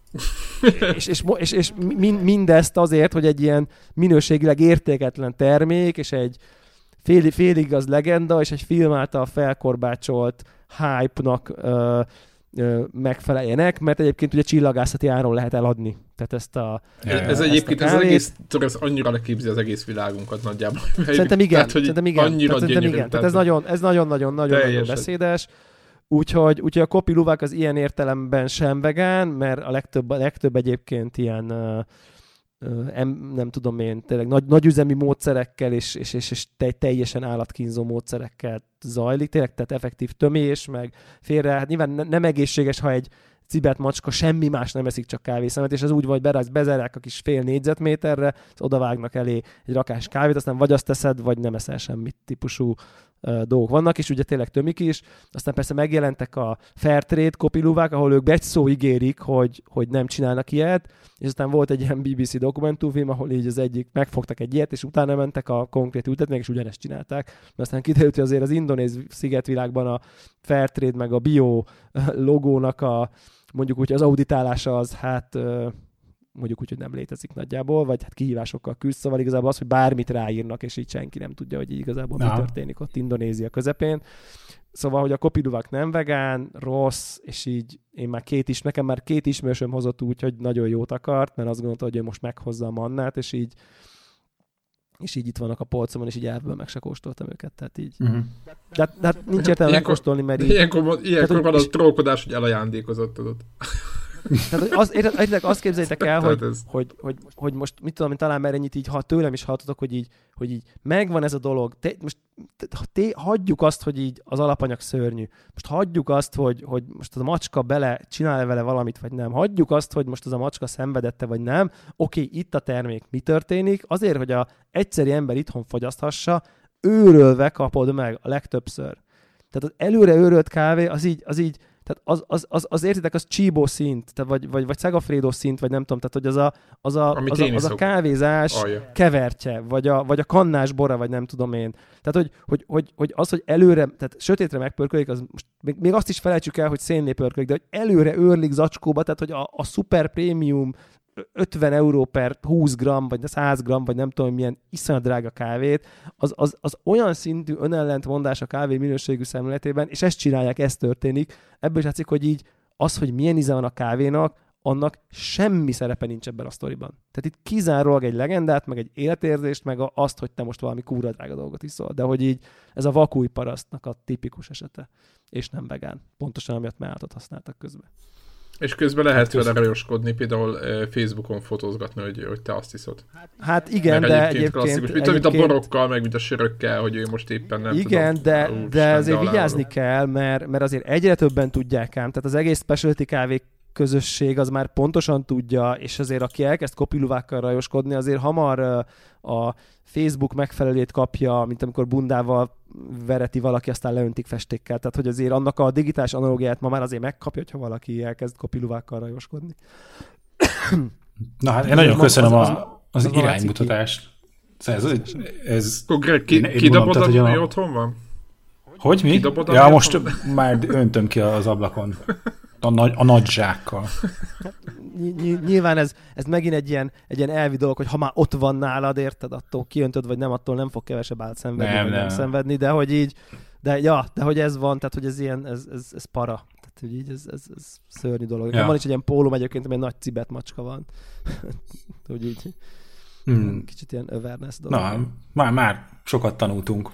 és, és, és, és mindezt azért, hogy egy ilyen minőségileg értéketlen termék, és egy fél, félig az legenda, és egy film által felkorbácsolt hype-nak uh, uh, megfeleljenek, mert egyébként ugye csillagászati áron lehet eladni. Tehát ezt a Ez, ez egyébként ez az egész, ez annyira leképzi az egész világunkat nagyjából. Szerintem igen. Tehát, szerintem igen. Annyira tehát, gyönyörű. Igen. Tehát ez nagyon-nagyon-nagyon beszédes. Úgyhogy, úgyhogy a Kopi Luwak az ilyen értelemben sem vegán, mert a legtöbb, a legtöbb egyébként ilyen uh, uh, nem tudom én, tényleg nagy, nagyüzemi módszerekkel és, és, és, és te, teljesen állatkínzó módszerekkel zajlik, tényleg tehát effektív tömés, meg félre, hát nyilván ne, nem egészséges, ha egy cibet macska semmi más nem eszik, csak kávészemet, és ez úgy vagy berajz, bezárják a kis fél négyzetméterre, odavágnak elé egy rakás kávét, aztán vagy azt teszed, vagy nem eszel semmit típusú uh, dolgok vannak, és ugye tényleg tömik is. Aztán persze megjelentek a Fairtrade Kopi Luwak, ahol ők egy szó ígérik, hogy, hogy nem csinálnak ilyet, és aztán volt egy ilyen bé bé cé dokumentumfilm, ahol így az egyik megfogtak egy ilyet, és utána mentek a konkrét ültetnek, és ugyanezt csinálták. Mert aztán kiderült, hogy azért az indonéz szigetvilágban a Fairtrade meg a bio logónak a mondjuk úgy, az auditálása az hát mondjuk úgy, hogy nem létezik nagyjából, vagy hát kihívásokkal küzd, szóval igazából az, hogy bármit ráírnak, és így senki nem tudja, hogy így igazából mi történik ott Indonézia közepén. Szóval, hogy a Kopi Luwak nem vegán, rossz, és így én már két is, nekem már két ismerősöm hozott úgy, hogy nagyon jót akart, mert azt gondolta, hogy ő most meghozza a mannát, és így és így itt vannak a polcomon, és így elvből meg se kóstoltam őket, tehát így. Uh-huh. De, de hát nincs értelme megkóstolni, mert így... Ilyenkor, ilyenkor van az trókodás, hogy elajándékozott, tudod. Tehát az, értek, azt képzeljétek el, hogy, hogy, hogy, hogy most mit tudom, talán már ennyit így, ha tőlem is hallottatok, hogy így, hogy így megvan ez a dolog. Te, most te, hagyjuk azt, hogy így az alapanyag szörnyű. Most hagyjuk azt, hogy, hogy most az a macska bele csinál vele valamit, vagy nem. Hagyjuk azt, hogy most az a macska szenvedette, vagy nem. Oké, itt a termék, mi történik? Azért, hogy a egyszeri ember itthon fogyaszthassa, őrölve kapod meg a legtöbbször. Tehát az előre őrölt kávé, az így, az így tehát az, az, az, az értitek, az Chibo szint, tehát vagy, vagy, vagy Segafredo szint, vagy nem tudom, tehát hogy az a, az a, az a, az a kávézás Alja. kevertje, vagy a, vagy a kannás bora, vagy nem tudom én. Tehát, hogy, hogy, hogy, hogy az, hogy előre, tehát sötétre megpörkölik, az most még, még azt is felejtsük el, hogy szénné pörkölik, de hogy előre őrlik zacskóba, tehát hogy a, a super prémium ötven euró per húsz gramm, vagy száz gramm, vagy nem tudom, milyen iszonyat drága kávét, az, az, az olyan szintű önellentmondás a kávé minőségű szemléletében, és ezt csinálják, ez történik. Ebből is látszik, hogy így az, hogy milyen íze van a kávénak, annak semmi szerepe nincs ebben a sztoriban. Tehát itt kizárólag egy legendát, meg egy életérzést, meg azt, hogy te most valami kúra drága dolgot iszol. De hogy így ez a vakúj parasztnak a tipikus esete. És nem vegán. Pontosan amiatt mellátot használtak közben. És közben lehet vele rajoskodni, például uh, Facebookon fotózgatni, hogy, hogy te azt iszod. Hát igen, mert de egyébként... Mint, egyébként... mint a borokkal, meg mint a sörökkel, hogy ő most éppen nem igen, tudom. Igen, de, de azért vigyázni kell, mert, mert azért egyre többen tudják ám. Tehát az egész specialty kávé közösség az már pontosan tudja, és azért aki elkezd Kopi Luwakkal rajoskodni, azért hamar a Facebook megfelelét kapja, mint amikor bundával vereti valaki, aztán leöntik festékkel. Tehát, hogy azért annak a digitális analógiát ma már azért megkapja, hogyha valaki elkezd Kopi Luwakkal rajoskodni. Na hát én nagyon köszönöm az, az, az, az iránymutatást. Ez, ez, ez Greg, ki, kidobod, hogy a... otthon van? Hogy mi? Kidobod, ja, most már öntöm ki az ablakon. A nagy, a nagy zsákkal. Nyilván ez, ez megint egy ilyen, egy ilyen elvi dolog, hogy ha már ott van nálad, érted, attól kiöntöd, vagy nem, attól nem fog kevesebb állat szenvedni, nem, vagy nem. nem szenvedni, de hogy így, de ja, de hogy ez van, tehát hogy ez ilyen, ez, ez, ez para. Tehát, hogy így ez, ez, ez szörnyű dolog. Ja. Van is egy ilyen pólóm egyébként, amilyen nagy cibet macska van. hogy így hmm. kicsit ilyen awareness dolog. Na, már, már sokat tanultunk.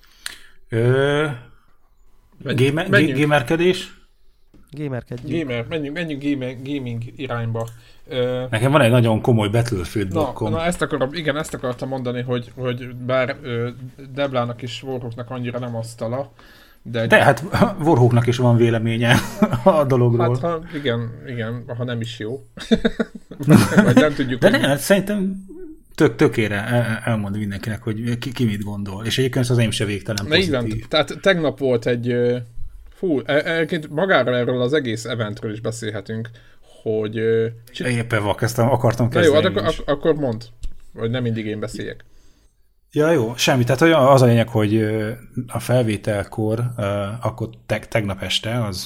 Ö... Gamer, gamerkedés? Gamerkedjünk. Gamer, menjünk, menjünk gamer, gaming irányba. Ö... Nekem van egy nagyon komoly Battlefield blokkom. Na, na ezt akarom, igen, ezt akartam mondani, hogy, hogy bár ö, Deblának és Warhawknak annyira nem asztala, de... De hát Warhawknak is van véleménye a dologról. Hát ha, igen, igen, ha nem is jó. Vagy nem tudjuk. De hogy... nem, szerintem tök, tökére elmond mindenkinek, hogy ki, ki mit gondol. És egyébként az én sem végtelen pozitív. Igen, tehát tegnap volt egy... Fú, egyébként magáról erről az egész eventről is beszélhetünk, hogy... Éppen vak, ezt akartam kezdeni. Na jó, hát ak- akkor mondd, hogy nem mindig én beszéljek. Ja, jó, semmi. Tehát az a lényeg, hogy a felvételkor, akkor te- tegnap este, az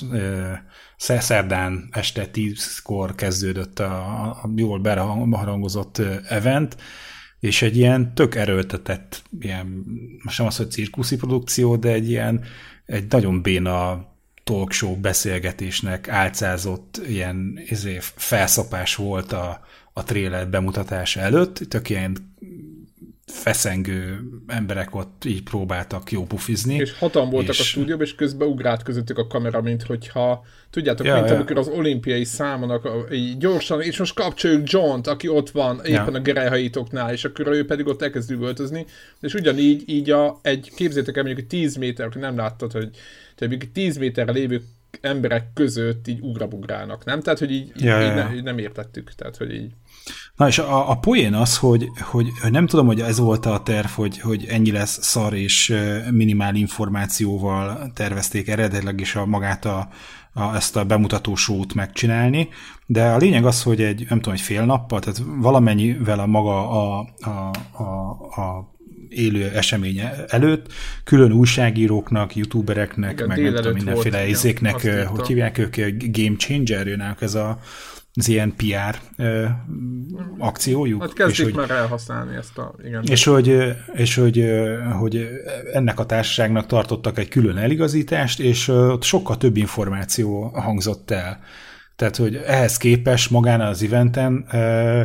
szerdán este tízkor kezdődött a, a jól beharangozott event, és egy ilyen tök erőltetett, ilyen, most nem az, hogy cirkuszi produkció, de egy ilyen egy nagyon béna talkshow beszélgetésnek álcázott ilyen felszapás volt a, a trailer bemutatása előtt, tök ilyen feszengő emberek ott így próbáltak jó pufizni. És hatan voltak és... a stúdióban, és közben ugrált közöttük a kamera, mint hogyha, tudjátok, ja, mint ja. amikor az olimpiai számonak így gyorsan, és most kapcsoljuk John-t, aki ott van éppen ja. a gerelyhajítoknál, és akkor ő pedig ott elkezd üvöltözni, és ugyanígy így a, egy, képzétek el mondjuk tíz méter, nem láttad, hogy mondjuk tíz méterre lévő emberek között így ugrabugrálnak, nem? Tehát, hogy így, ja, így, ja. Ne, így nem értettük, tehát, hogy így Na és a, a poén az, hogy, hogy nem tudom, hogy ez volt a terv, hogy, hogy ennyi lesz szar és minimál információval tervezték eredetileg is a magát a, a, ezt a bemutató show-t megcsinálni, de a lényeg az, hogy egy, nem tudom, egy fél nappal, tehát valamennyivel a maga a, a, a, a élő eseménye előtt, külön újságíróknak, youtubereknek, igen, meg nem tudom, mindenféle izéknek, igen, hogy hívják ők, Game Changer, jönnek ez a az ilyen pé er ö, akciójuk. Hát kezdik és, hogy, már elhasználni ezt a... Igen. És, hogy, és hogy, hogy ennek a társaságnak tartottak egy külön eligazítást, és ott sokkal több információ hangzott el. Tehát, hogy ehhez képest magán az eventen ö,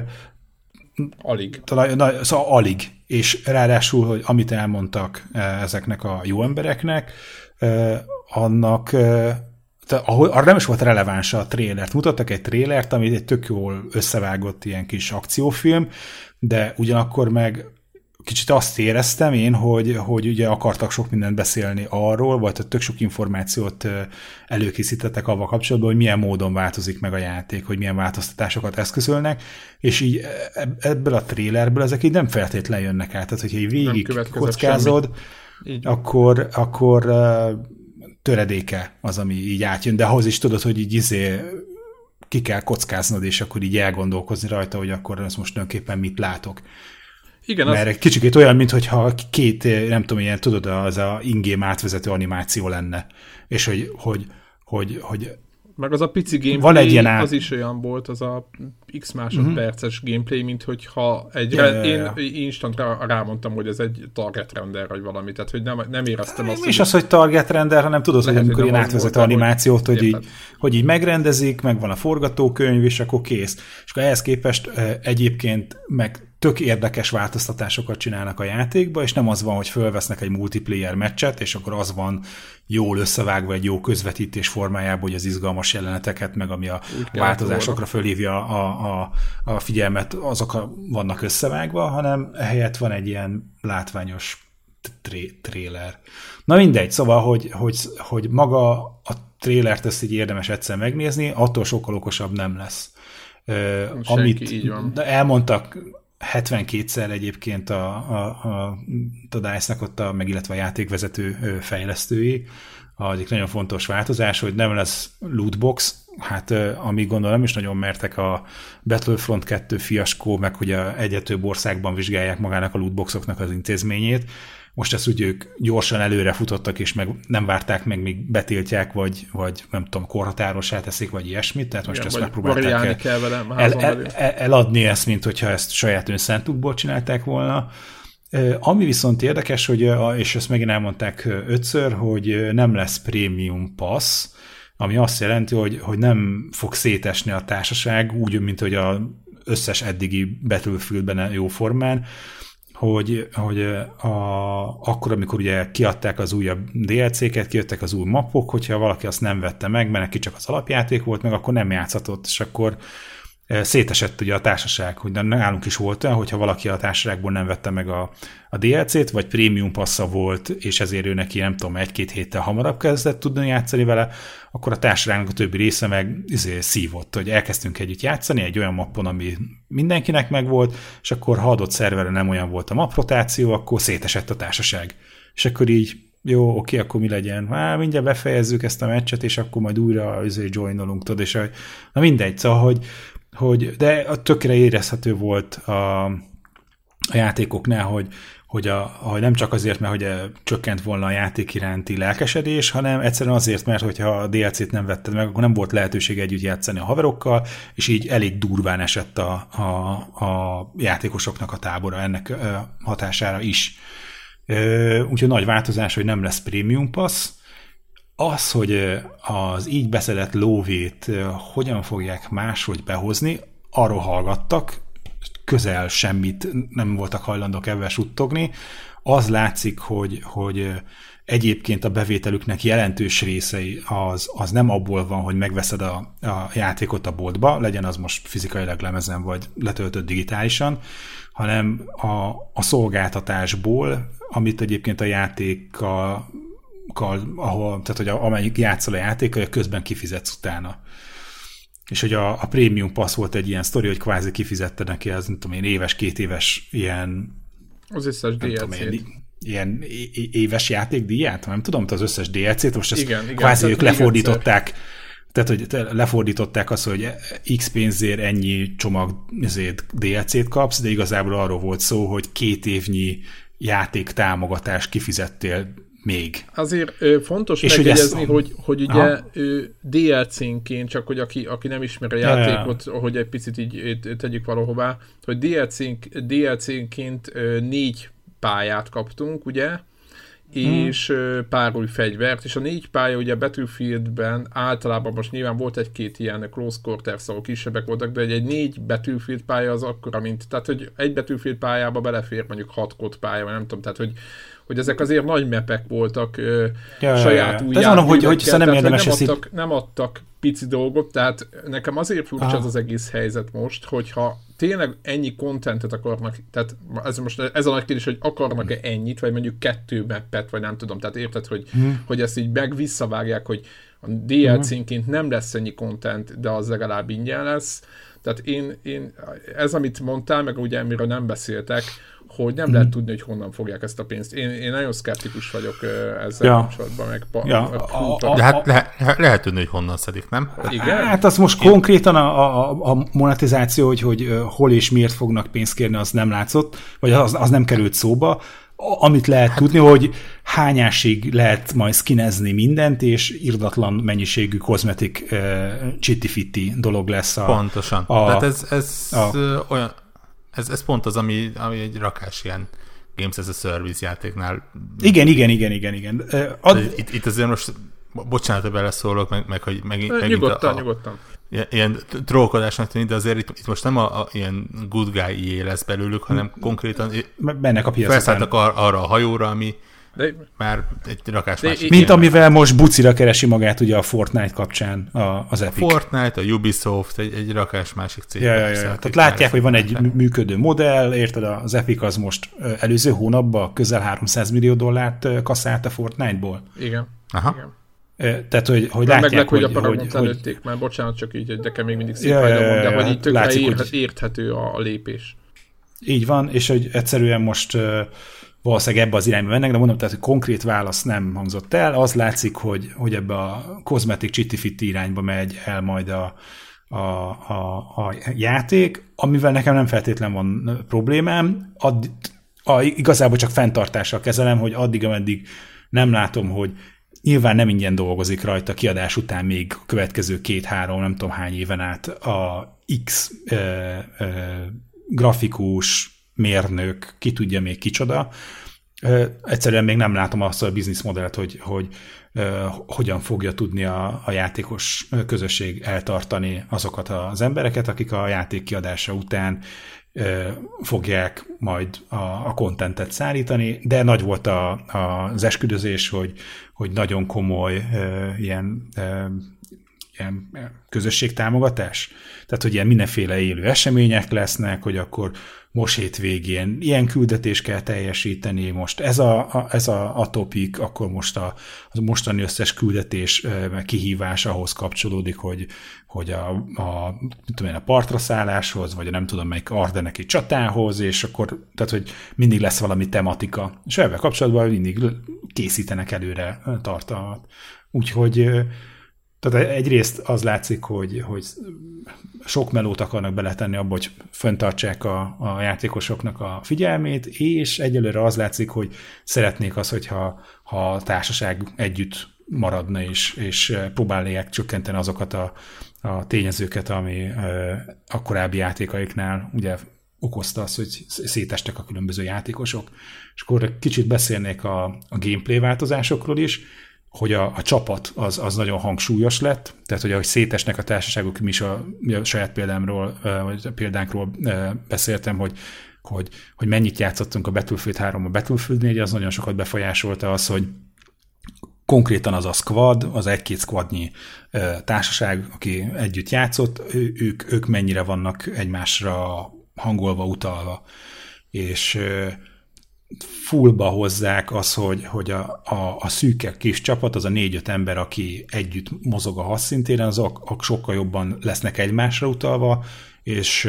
alig. Talán, na, szóval alig. És ráadásul, hogy amit elmondtak ezeknek a jó embereknek, ö, annak... Ö, arra nem is volt releváns a trélert. Mutattak egy trélert, ami egy tök jól összevágott ilyen kis akciófilm, de ugyanakkor meg kicsit azt éreztem én, hogy, hogy ugye akartak sok mindent beszélni arról, vagy tök sok információt előkészítettek avval kapcsolatban, hogy milyen módon változik meg a játék, hogy milyen változtatásokat eszközölnek, és így ebből a trélerből ezek így nem feltétlenül jönnek át. Tehát, hogyha így végig kockázod, akkor, akkor töredéke az, ami így átjön, de ahhoz is tudod, hogy így izé ki kell kockáznod, és akkor így elgondolkozni rajta, hogy akkor ezt most tulajdonképpen mit látok. Igen, mert az... kicsikét olyan, mintha két, nem tudom, ilyen, tudod, az a in-game átvezető animáció lenne, és hogy, hogy, hogy, hogy meg az a pici gameplay, át... az is olyan volt, az a x másodperces uh-huh. gameplay, mint hogyha egy ja, re... ja, ja. én instant rá, rámondtam, hogy ez egy target render, vagy valami, tehát hogy nem, nem éreztem azt, és hogy... az, hogy target render, hanem tudod, lehet, hogy amikor ilyen átvezető animációt, hogy, hogy, így, hogy így megrendezik, meg van a forgatókönyv, és akkor kész. És akkor ehhez képest egyébként meg tök érdekes változtatásokat csinálnak a játékba, és nem az van, hogy fölvesznek egy multiplayer meccset, és akkor az van jól összevágva egy jó közvetítés formájában, hogy az izgalmas jeleneteket, meg ami a változásokra fölhívja a, a, a figyelmet, azok a, vannak összevágva, hanem ehelyett van egy ilyen látványos tré- tréler. Na mindegy, szóval, hogy, hogy, hogy maga a trélert ezt így érdemes egyszer megnézni, attól sokkal okosabb nem lesz. Senki, amit így van. elmondtak hetvenkétszer egyébként a, a, a, a DICE-nak ott, a, meg illetve a játékvezető fejlesztői, egyik nagyon fontos változás, hogy nem lesz lootbox, hát amíg gondolom nem is nagyon mertek a Battlefront kettő fiaskó, meg hogy a egyre több országban vizsgálják magának a lootboxoknak az intézményét. Most ezt úgy ők gyorsan előre futottak, és meg nem várták meg, míg betiltják, vagy, vagy nem tudom, korhatárosá teszik, vagy ilyesmit, tehát most igen, ezt megpróbálták el, vele, el, el, el, eladni ezt, mint hogyha ezt saját önszántukból csinálták volna. Ami viszont érdekes, hogy, és ezt megint elmondták ötször, hogy nem lesz Premium Pass, ami azt jelenti, hogy, hogy nem fog szétesni a társaság úgy, mint hogy az összes eddigi Battlefieldben jó formán, hogy, hogy a, akkor, amikor ugye kiadták az újabb dé el cé-ket, kijöttek az új mapok, hogyha valaki azt nem vette meg, mert neki csak az alapjáték volt, meg akkor nem játszhatott, és akkor szétesett ugye a társaság, hogy nálunk is volt olyan, hogyha valaki a társaságból nem vette meg a, a dé el cé-t, vagy prémium passza volt, és ezért ő neki, nem tudom, egy-két héttel hamarabb kezdett tudni játszani vele, akkor a társaságnak a többi része meg izé, szívott, hogy elkezdtünk együtt játszani egy olyan mappon, ami mindenkinek megvolt, és akkor ha adott szerveren nem olyan volt a maprotáció, akkor szétesett a társaság. És akkor így jó, oké, akkor mi legyen? Há, mindjárt befejezzük ezt a meccset, és akkor majd újra izé, joinolunk, tudod, és na mindegy, szóval, hogy hogy, de tökre érezhető volt a, a játékoknál, hogy, hogy, a, hogy nem csak azért, mert hogy csökkent volna a játék iránti lelkesedés, hanem egyszerűen azért, mert hogyha a dé el cé-t nem vetted meg, akkor nem volt lehetőség együtt játszani a haverokkal, és így elég durván esett a, a, a játékosoknak a tábora ennek hatására is. Úgyhogy nagy változás, hogy nem lesz Premium Pass. Az, hogy az így beszedett lóvét hogyan fogják máshogy behozni, arról hallgattak, közel semmit nem voltak hajlandók ebben suttogni. Az látszik, hogy, hogy egyébként a bevételüknek jelentős részei az, az nem abból van, hogy megveszed a, a játékot a boltba, legyen az most fizikailag lemezen, vagy letöltött digitálisan, hanem a, a szolgáltatásból, amit egyébként a játékkal, ahol, tehát hogy a, amelyik játszol a játékkal, közben kifizetsz utána. És hogy a, a Premium Pass volt egy ilyen sztori, hogy kvázi kifizette neki az, nem tudom én, éves, két éves ilyen az összes dé el cét. Ilyen éves játékdíját, nem tudom, az összes dé el cét, most ezt igen, igen, kvázi ők lefordították, egyszer. Tehát, hogy lefordították azt, hogy X pénzért ennyi csomag dé el cét kapsz, de igazából arról volt szó, hogy két évnyi játéktámogatást kifizettél még. Azért ö, fontos és megjegyezni, hogy, hogy, hogy ugye ö, dé el cénként, csak hogy aki, aki nem ismer a játékot, ja. hogy egy picit így tegyük valahová, hogy dé el cénk, dé el cénként ö, négy pályát kaptunk, ugye, és hmm. pár új fegyvert, és a négy pálya ugye Battlefieldben általában most nyilván volt egy-két ilyen close quarters, ahol kisebbek voltak, de egy, egy négy Battlefield pálya az akkora, mint, tehát hogy egy Battlefield pályába belefér mondjuk hat kod pálya, vagy nem tudom, tehát hogy hogy ezek azért nagy mepek voltak, ö, ja, saját ja, új játékokkel, hogy, hogy nem, tehát, nem, adtak, nem adtak pici dolgot, tehát nekem azért furcsa ah. az az egész helyzet most, hogyha tényleg ennyi contentet akarnak, tehát ez most ez a nagy kérdés, hogy akarnak-e ennyit, vagy mondjuk kettő mappet, vagy nem tudom, tehát érted, hogy, hmm. hogy ezt így meg-visszavágják, hogy a dé el cénként nem lesz ennyi content, de az legalább ingyen lesz. Tehát én, én ez, amit mondtál, meg ugye amiről nem beszéltek, hogy nem mm. lehet tudni, hogy honnan fogják ezt a pénzt. Én, én nagyon szkeptikus vagyok ezzel ja. kapcsolatban. Meg pa, ja. a, a, a, de hát le, lehet tudni, hogy honnan szedik, nem? Igen? Hát az most konkrétan a, a, a monetizáció, hogy, hogy hol és miért fognak pénzt kérni, az nem látszott, vagy az, az nem került szóba. Amit lehet hát, tudni, hogy hányásig lehet majd skinezni mindent, és irdatlan mennyiségű kozmetik uh, csittifitti dolog lesz. A, pontosan. A, Tehát ez, ez a, olyan Ez, ez pont az, ami, ami egy rakás ilyen Games as a Service játéknál. Igen, igen, igen, igen, igen. Ad... Itt, itt azért most, bocsánat, hogy beleszólok, meg, meg hogy meg, megint nyugodtan, a, nyugodtan. Ilyen trollkodásnak tűnik, de azért itt, itt most nem a, a ilyen good guy lesz belőlük, hanem konkrétan mennek a piacon. Felszálltak ar, arra a hajóra, ami de, már egy rakás de, másik. Mint amivel most bucira keresi magát ugye a Fortnite kapcsán a, az Epic. A Fortnite, a Ubisoft, egy, egy rakás másik cég. Ja, ja, ja. Tehát látják, hogy van egy működő modell, érted, az Epic az most előző hónapban közel háromszáz millió dollárt kaszált a Fortnite-ból. Igen. Aha. Igen. Tehát, hogy, hogy látják, meg, hogy, hogy... hogy a Paramount előtték, hogy... már bocsánat, csak így, hogy nekem még mindig szépen ja, ja, ja, de hogy így tökre látszik, érhet, hogy... érthető a, a lépés. Így van, és hogy egyszerűen most uh, valószínűleg ebbe az irányba mennek, de mondom, tehát, hogy konkrét válasz nem hangzott el. Az látszik, hogy, hogy ebbe a kozmetik csittifitti irányba megy el majd a, a, a, a játék, amivel nekem nem feltétlen van problémám. Add, a, igazából csak fenntartással kezelem, hogy addig, ameddig nem látom, hogy nyilván nem ingyen dolgozik rajta kiadás után még a következő két-három, nem tudom hány éven át a X ö, ö, grafikus, mérnök, ki tudja még kicsoda. Ö, egyszerűen még nem látom azt a bizniszmodellt, hogy, hogy ö, hogyan fogja tudni a, a játékos közösség eltartani azokat az embereket, akik a játék kiadása után ö, fogják majd a, a contentet szállítani, de nagy volt a, a, az esküdözés, hogy, hogy nagyon komoly ö, ilyen, ö, ilyen közösségtámogatás. Tehát, hogy ilyen mindenféle élő események lesznek, hogy akkor most hétvégén ilyen küldetést kell teljesíteni, most ez a, a, ez a, a topik, akkor most a, a mostani összes küldetés kihívás ahhoz kapcsolódik, hogy, hogy a, a, tudom én, a partra szálláshoz, vagy a nem tudom melyik ardeneki csatához, és akkor, tehát, hogy mindig lesz valami tematika. És ebben kapcsolatban mindig készítenek előre tartalmat. Úgyhogy tehát egyrészt az látszik, hogy, hogy sok melót akarnak beletenni abba, hogy fenntartsák a, a játékosoknak a figyelmét, és egyelőre az látszik, hogy szeretnék az, hogyha ha a társaság együtt maradna, és, és próbálják csökkenteni azokat a, a tényezőket, ami a korábbi játékaiknál ugye okozta az, hogy szétestek a különböző játékosok. És akkor kicsit beszélnék a, a gameplay változásokról is. hogy a, a csapat az, az nagyon hangsúlyos lett, tehát hogy ahogy szétesnek a társaságok, mi is a, a saját példámról, vagy a példánkról beszéltem, hogy, hogy, hogy mennyit játszottunk a Battlefield három, a Battlefield négy, az nagyon sokat befolyásolta az, hogy konkrétan az a squad, az egy-két squadnyi társaság, aki együtt játszott, ők, ők mennyire vannak egymásra hangolva, utalva. És fullba hozzák az, hogy, hogy a, a, a szűke kis csapat, az a négy-öt ember, aki együtt mozog a hadszíntéren, azok sokkal jobban lesznek egymásra utalva, és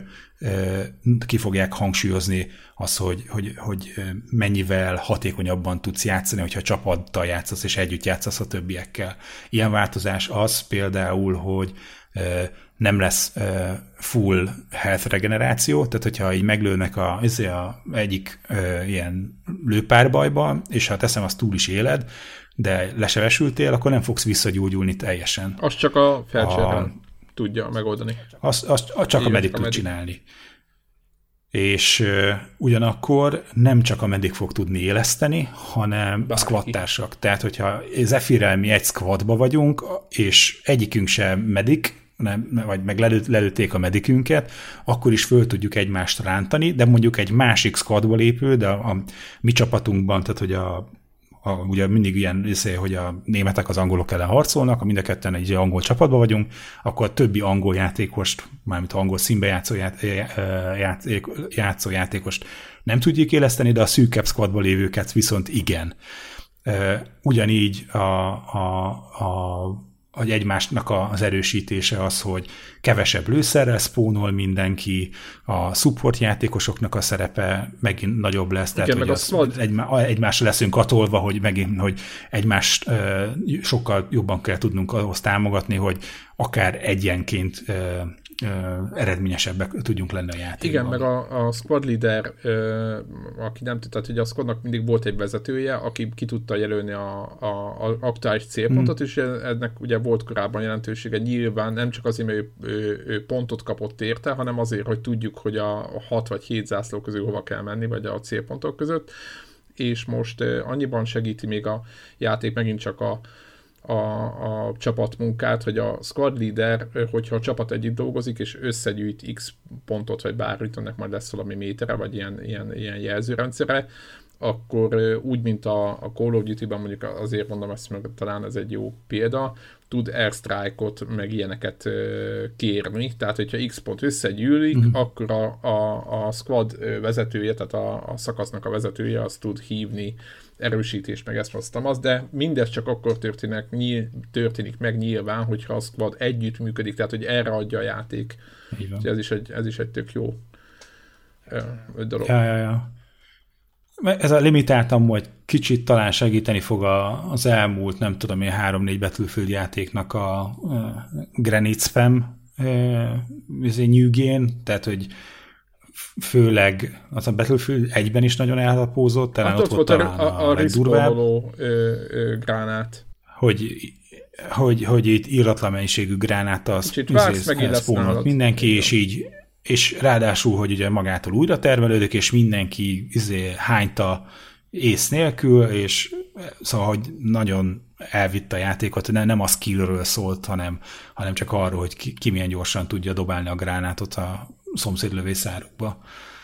ki fogják hangsúlyozni az, hogy, hogy, hogy mennyivel hatékonyabban tudsz játszani, hogyha csapattal játszasz, és együtt játszasz a többiekkel. Ilyen változás az például, hogy nem lesz full health regeneráció, tehát hogyha így meglőnek a, a egyik ilyen lőpárbajba, és ha teszem, azt túl is éled, de lesevesültél, akkor nem fogsz visszagyógyulni teljesen. Az csak a felcsérben tudja megoldani. Azt, azt csak Én a medic tud csinálni. És uh, ugyanakkor nem csak a medic fog tudni éleszteni, hanem Bárki. a squad társak. Tehát, hogyha Zephyrrel mi egy squadba vagyunk, és egyikünk sem medic, nem, vagy meg lelőtt, lelőtték a medikünket, akkor is föl tudjuk egymást rántani, de mondjuk egy másik squadba lépő, de a, a mi csapatunkban, tehát, hogy a A, ugye mindig ilyen, hogy a németek az angolok ellen harcolnak, a mind a ketten egy angol csapatban vagyunk, akkor a többi angol játékost, mármint angol színbe játszó, ját, játék, játszó játékost nem tudjuk éleszteni, de a szűkebb squadban lévőket viszont igen. Ugyanígy a, a, a hogy egymásnak az erősítése az, hogy kevesebb lőszerrel spónol mindenki, a support játékosoknak a szerepe megint nagyobb lesz, tehát igen, hogy az egymá, egymásra leszünk katolva, hogy megint, hogy egymást uh, sokkal jobban kell tudnunk ahhoz támogatni, hogy akár egyenként uh, uh, eredményesebbek tudjunk lenni a játékban. Igen, meg a, a squad leader, uh, aki nem tudta, hogy a squadnak mindig volt egy vezetője, aki ki tudta jelölni a, a, a aktuális célpontot, hmm. és ennek ugye volt korábban jelentősége, nyilván nem csak azért, mert ő, ő, ő pontot kapott érte, hanem azért, hogy tudjuk, hogy a hat vagy hét zászló közül hova kell menni, vagy a célpontok között, és most uh, annyiban segíti még a játék megint csak a A, a csapatmunkát, hogy a squad leader, hogyha a csapat együtt dolgozik, és összegyűjt X pontot, vagy bármit, ennek majd lesz valami métere, vagy ilyen, ilyen, ilyen jelzőrendszere, akkor úgy, mint a, a Call of Duty-ben, mondjuk azért mondom ezt, mert talán ez egy jó példa, tud airstrike-ot, meg ilyeneket kérni, tehát hogyha X pont összegyűlik, uh-huh. akkor a, a, a squad vezetője, tehát a, a szakasznak a vezetője, az tud hívni erősítés, meg ezt hoztam az, de mindez csak akkor történik, nyíl, történik meg nyilván, hogyha a squad együtt működik, tehát hogy erre adja a játék. Ez is, egy, ez is egy tök jó ö, dolog. Ja, ja, ja. Ez a limitáltam, hogy kicsit talán segíteni fog a, az elmúlt, nem tudom én, három-négy Battlefield játéknak a, a Granite Spam nyűgén, tehát hogy főleg az a Battlefield egyben is nagyon elhapózott, talán hát ott, ott volt talán a, a, a legdurvább. Gránát. Hogy, hogy, hogy itt íratlan mennyiségű gránát az spónolt mindenki, és így, és ráadásul, hogy ugye magától újra termelődik, és mindenki izé, hányta ész nélkül, és szóval, hogy nagyon elvitte a játékot, nem a skillről szólt, hanem, hanem csak arról, hogy ki, ki milyen gyorsan tudja dobálni a gránátot a szomszéd lövészárukba.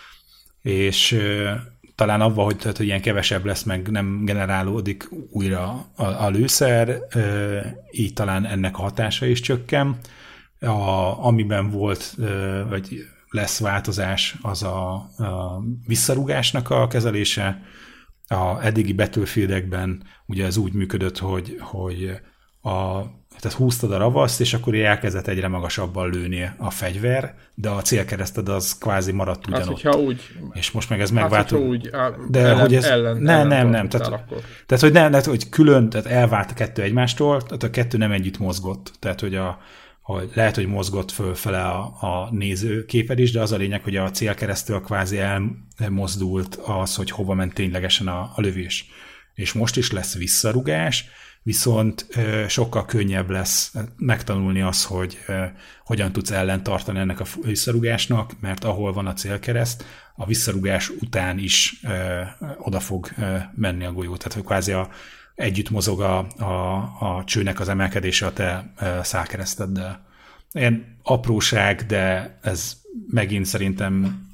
És uh, talán abban, hogy, hogy ilyen kevesebb lesz, meg nem generálódik újra a, a lőszer, uh, így talán ennek a hatása is csökken. A, amiben volt, uh, vagy lesz változás, az a, a visszarúgásnak a kezelése. A eddigi Battlefield-ekben ugye ez úgy működött, hogy, hogy a tehát húztad a ravaszt, és akkor elkezdett egyre magasabban lőni a fegyver, de a célkereszted az kvázi maradt ugyanott. Hát, úgy, és most meg ez megváltozott. Hát, úgy, á, de ellen, hogy ez... Ellen, nem, ellen nem, nem. Tehát, tehát, hogy, ne, tehát, hogy külön, tehát elvált a kettő egymástól, tehát a kettő nem együtt mozgott. Tehát, hogy, a, hogy lehet, hogy mozgott fölfele a, a nézőképed is, de az a lényeg, hogy a célkeresztől kvázi elmozdult az, hogy hova ment ténylegesen a, a lövés. És most is lesz visszarugás, viszont ö, sokkal könnyebb lesz megtanulni az, hogy ö, hogyan tudsz ellentartani ennek a visszarugásnak, mert ahol van a célkereszt, a visszarugás után is ö, oda fog ö, menni a golyó. Tehát, hogy kvázi a, együtt mozog a, a, a csőnek az emelkedése a te szálkereszteddel. Ilyen apróság, de ez megint szerintem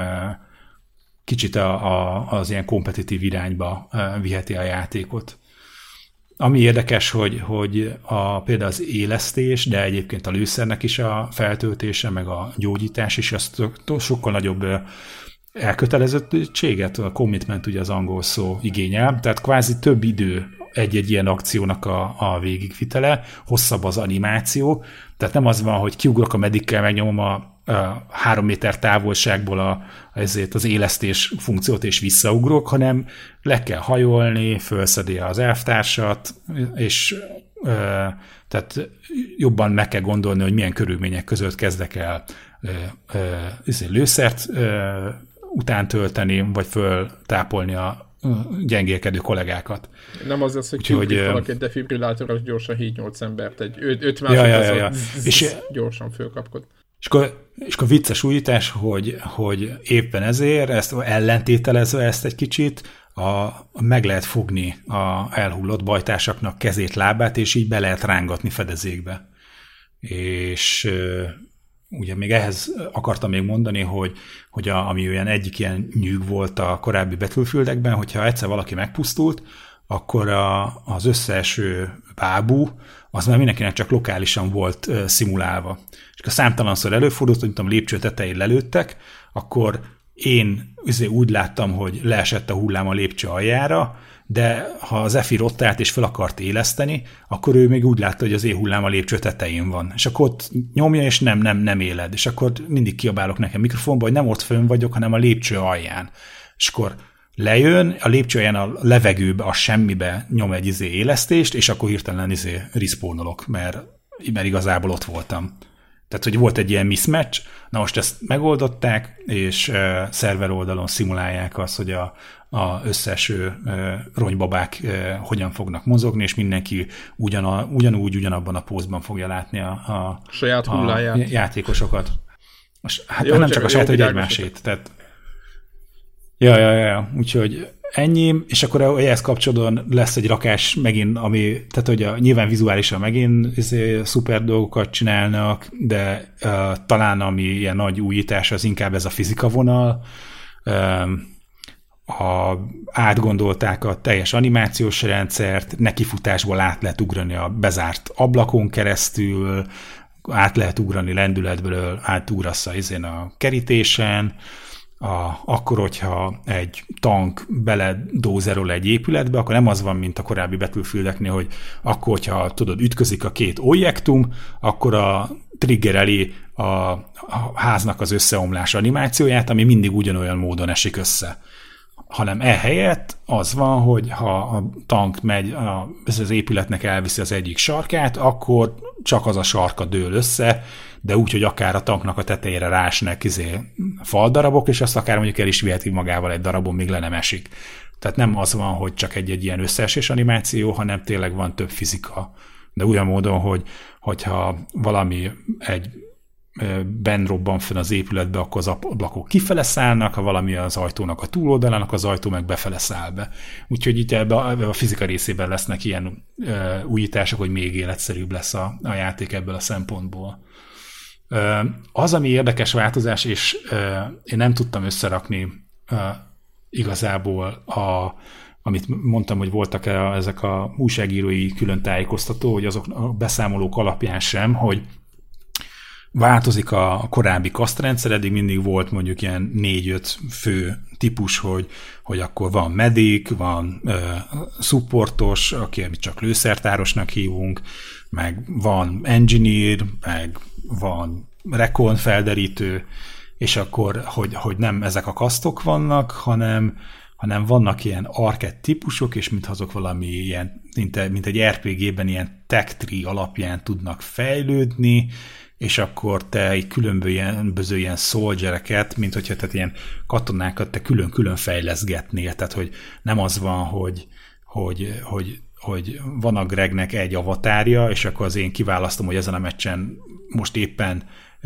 kicsit a, a, az ilyen kompetitív irányba viheti a játékot. Ami érdekes, hogy, hogy a, például az élesztés, de egyébként a lőszernek is a feltöltése, meg a gyógyítás is, az sokkal nagyobb elkötelezettséget, a commitment ugye az angol szó igényel, tehát kvázi több idő egy-egy ilyen akciónak a, a végigvitele, hosszabb az animáció, tehát nem az van, hogy kiugrok a medikkel, megnyomom a, a három méter távolságból a, ezért az élesztés funkciót és visszaugrok, hanem le kell hajolni, fölszedi az elvtársat, és ö, tehát jobban meg kell gondolni, hogy milyen körülmények között kezdek el ö, ö, lőszert ö, után tölteni, vagy föltápolni a gyengélkedő kollégákat. Nem az az, hogy kiugrik valaki egy defibrillátorral, gyorsan hív-nyolc embert, egy öt ja, ja, ja, ja. és gyorsan fölkapkod. És akkor, és akkor vicces újítás, hogy, hogy éppen ezért, ezt ellentételezve ezt egy kicsit, a, meg lehet fogni a elhullott bajtársaknak kezét, lábát, és így be lehet rángatni fedezékbe. És ugye még ehhez akartam még mondani, hogy, hogy a, ami olyan egyik ilyen nyűg volt a korábbi Battlefieldekben, hogyha egyszer valaki megpusztult, akkor a, az összeeső bábú, az már mindenkinek csak lokálisan volt uh, szimulálva. És ha számtalanszor előfordult, hogy tudom, lépcső tetején lelőttek, akkor én úgy láttam, hogy leesett a hullám a lépcső aljára, de ha az Efi ott állt és fel akart éleszteni, akkor ő még úgy látta, hogy az én hullám a lépcső tetején van. És akkor ott nyomja, és nem, nem, nem éled. És akkor mindig kiabálok nekem mikrofonba, hogy nem ott fönn vagyok, hanem a lépcső alján. És akkor lejön, a lépcső alján a levegőbe, a semmibe nyom egy izé élesztést, és akkor hirtelen izé respawnolok, mert, mert igazából ott voltam. Tehát, hogy volt egy ilyen mismatch, na most ezt megoldották, és uh, szerver oldalon szimulálják azt, hogy a, a összeeső uh, ronybabák uh, hogyan fognak mozogni, és mindenki ugyana, ugyanúgy, ugyanabban a pózban fogja látni a, a, saját hulláját. A játékosokat. Hát jó, nem csak a saját, hogy egymásét. Tehát, ja, ja, ja, úgyhogy ennyi, és akkor ehhez kapcsolódóan lesz egy rakás megint, ami, tehát hogy a, nyilván vizuálisan megint izé, szuper dolgokat csinálnak, de uh, talán ami ilyen nagy újítás, az inkább ez a fizika vonal. Uh, a, átgondolták a teljes animációs rendszert, nekifutásból át lehet ugrani a bezárt ablakon keresztül, át lehet ugrani lendületből, átugrasz a, izén a kerítésen, A, akkor, hogyha egy tank beledózerol egy épületbe, akkor nem az van, mint a korábbi Battlefieldeknél, hogy akkor, hogyha tudod, ütközik a két objektum, akkor a triggereli a, a háznak az összeomlás animációját, ami mindig ugyanolyan módon esik össze. Hanem ehelyett az van, hogy ha a tank megy, a, az épületnek elviszi az egyik sarkát, akkor csak az a sarka dől össze, de úgy, hogy akár a tanknak a tetejére rásnek izé faldarabok, és azt akár mondjuk el is viheti magával egy darabon, még le nem esik. Tehát nem az van, hogy csak egy-egy ilyen összeesés animáció, hanem tényleg van több fizika. De olyan módon, hogy hogyha valami egy benn robban fenn az épületbe, akkor az ablakok kifele szállnak, ha valami az ajtónak a túloldalának, az ajtó meg befele száll be. Úgyhogy itt ebbe a, ebbe a fizika részében lesznek ilyen uh, újítások, hogy még életszerűbb lesz a, a játék ebből a szempontból. Uh, az, ami érdekes változás, és uh, én nem tudtam összerakni uh, igazából, a, amit mondtam, hogy voltak -e ezek a újságírói külön tájékoztató, hogy azok a beszámolók alapján sem, hogy változik a korábbi kasztrendszer, eddig mindig volt mondjuk ilyen négy-öt fő típus, hogy, hogy akkor van medic, van uh, supportos, aki csak lőszertárosnak hívunk, meg van engineer, meg van recon felderítő, és akkor, hogy, hogy nem ezek a kasztok vannak, hanem, hanem vannak ilyen arcade típusok, és mintha azok valami ilyen, mint, mint egy er pé gében ilyen tech tree alapján tudnak fejlődni, és akkor te egy különböző ilyen soldiereket, mint hogyha tehát ilyen katonákat te külön-külön fejleszgetnél, tehát hogy nem az van, hogy, hogy, hogy, hogy van a Gregnek egy avatárja, és akkor az én kiválasztom, hogy ezen a meccsen most éppen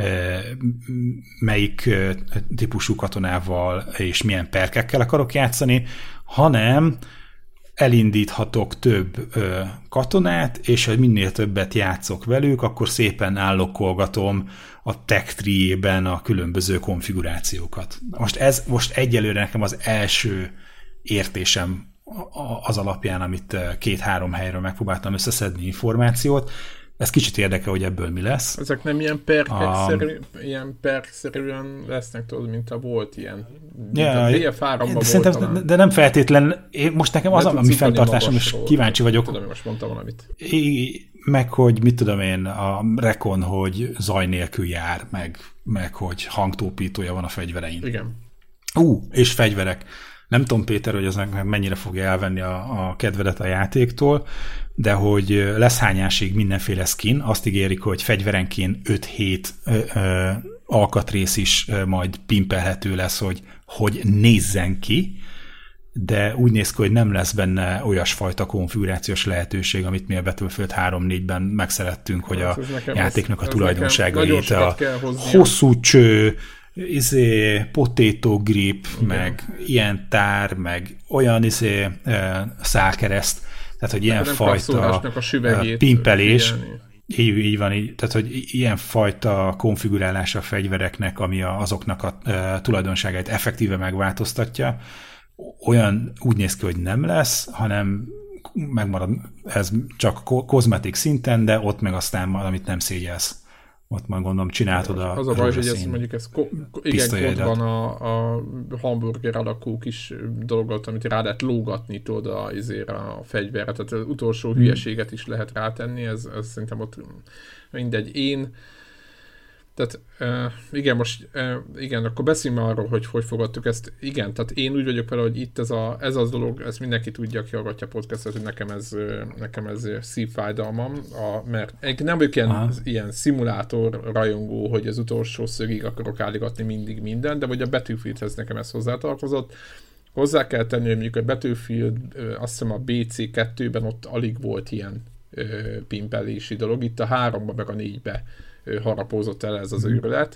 melyik típusú katonával és milyen perkekkel akarok játszani, hanem elindíthatok több ö, katonát, és ha minél többet játszok velük, akkor szépen állokkolgatom a tech tree-ben a különböző konfigurációkat. Most ez most egyelőre nekem az első értésem az alapján, amit két-három helyről megpróbáltam összeszedni információt. Ez kicsit érdekel, hogy ebből mi lesz. Ezek nem ilyen perkek-szerű, a... ilyen perk-szerűen lesznek, tudod, mint a volt ilyen. Ja, a bé ef háromban volt talán. De nem feltétlen, én most nekem az, ami fenntartásom, és kíváncsi vagyok. Tudom, most mondtam valamit. Meg, hogy mit tudom én, a Recon, hogy zaj nélkül jár, meg, meg hogy hangtópítója van a fegyverein. Igen. Ú, és fegyverek. Nem tudom, Péter, hogy ez mennyire fogja elvenni a, a kedvedet a játéktól, de hogy lesz hányásig mindenféle skin, azt ígérik, hogy fegyverenként öt-hét ö, ö, alkatrész is ö, majd pimpelhető lesz, hogy, hogy nézzen ki, de úgy néz ki, hogy nem lesz benne olyasfajta konfigurációs lehetőség, amit mi a Battlefield három-négyben megszerettünk, hogy hát a játéknak az, a tulajdonságait, a hosszú cső, izé, potato grip, igen. Meg ilyen tár, meg olyan izé, e, szálkereszt, tehát, hogy ilyen fajta pimpelés, így, így van, így, tehát, hogy ilyen fajta konfigurálása a fegyvereknek, ami a, azoknak a e, tulajdonságait effektíve megváltoztatja, olyan úgy néz ki, hogy nem lesz, hanem megmarad ez csak kozmetik szinten, de ott meg aztán valamit nem szégyelsz. Ott majd gondolom csináltod a az a baj, hogy ez mondjuk ez ko- igen, ott van a, a hamburger alakú kis dolgot, amit rá lehet lógatni tudod a, a fegyverre, tehát az utolsó hmm. hülyeséget is lehet rátenni, ez, ez szerintem ott mindegy. Én tehát uh, igen, most uh, igen, akkor beszéljünk arról, hogy hogy fogadtuk ezt. Igen, tehát én úgy vagyok vele, hogy itt ez, a, ez az dolog, ezt mindenki tudja, aki hallgatja a podcastot, hogy nekem ez, nekem ez szívfájdalmam, a, mert nem vagyok ilyen, ilyen szimulátor rajongó, hogy az utolsó szögig akarok álligatni mindig minden, de vagy a Battlefieldhez nekem ez hozzátartozott. Hozzá kell tenni, hogy mondjuk a Battlefield, azt hiszem a bé cé kettőben ott alig volt ilyen ö, pimpelési dolog, itt a háromban meg a négybe harapózott el ez az őrület.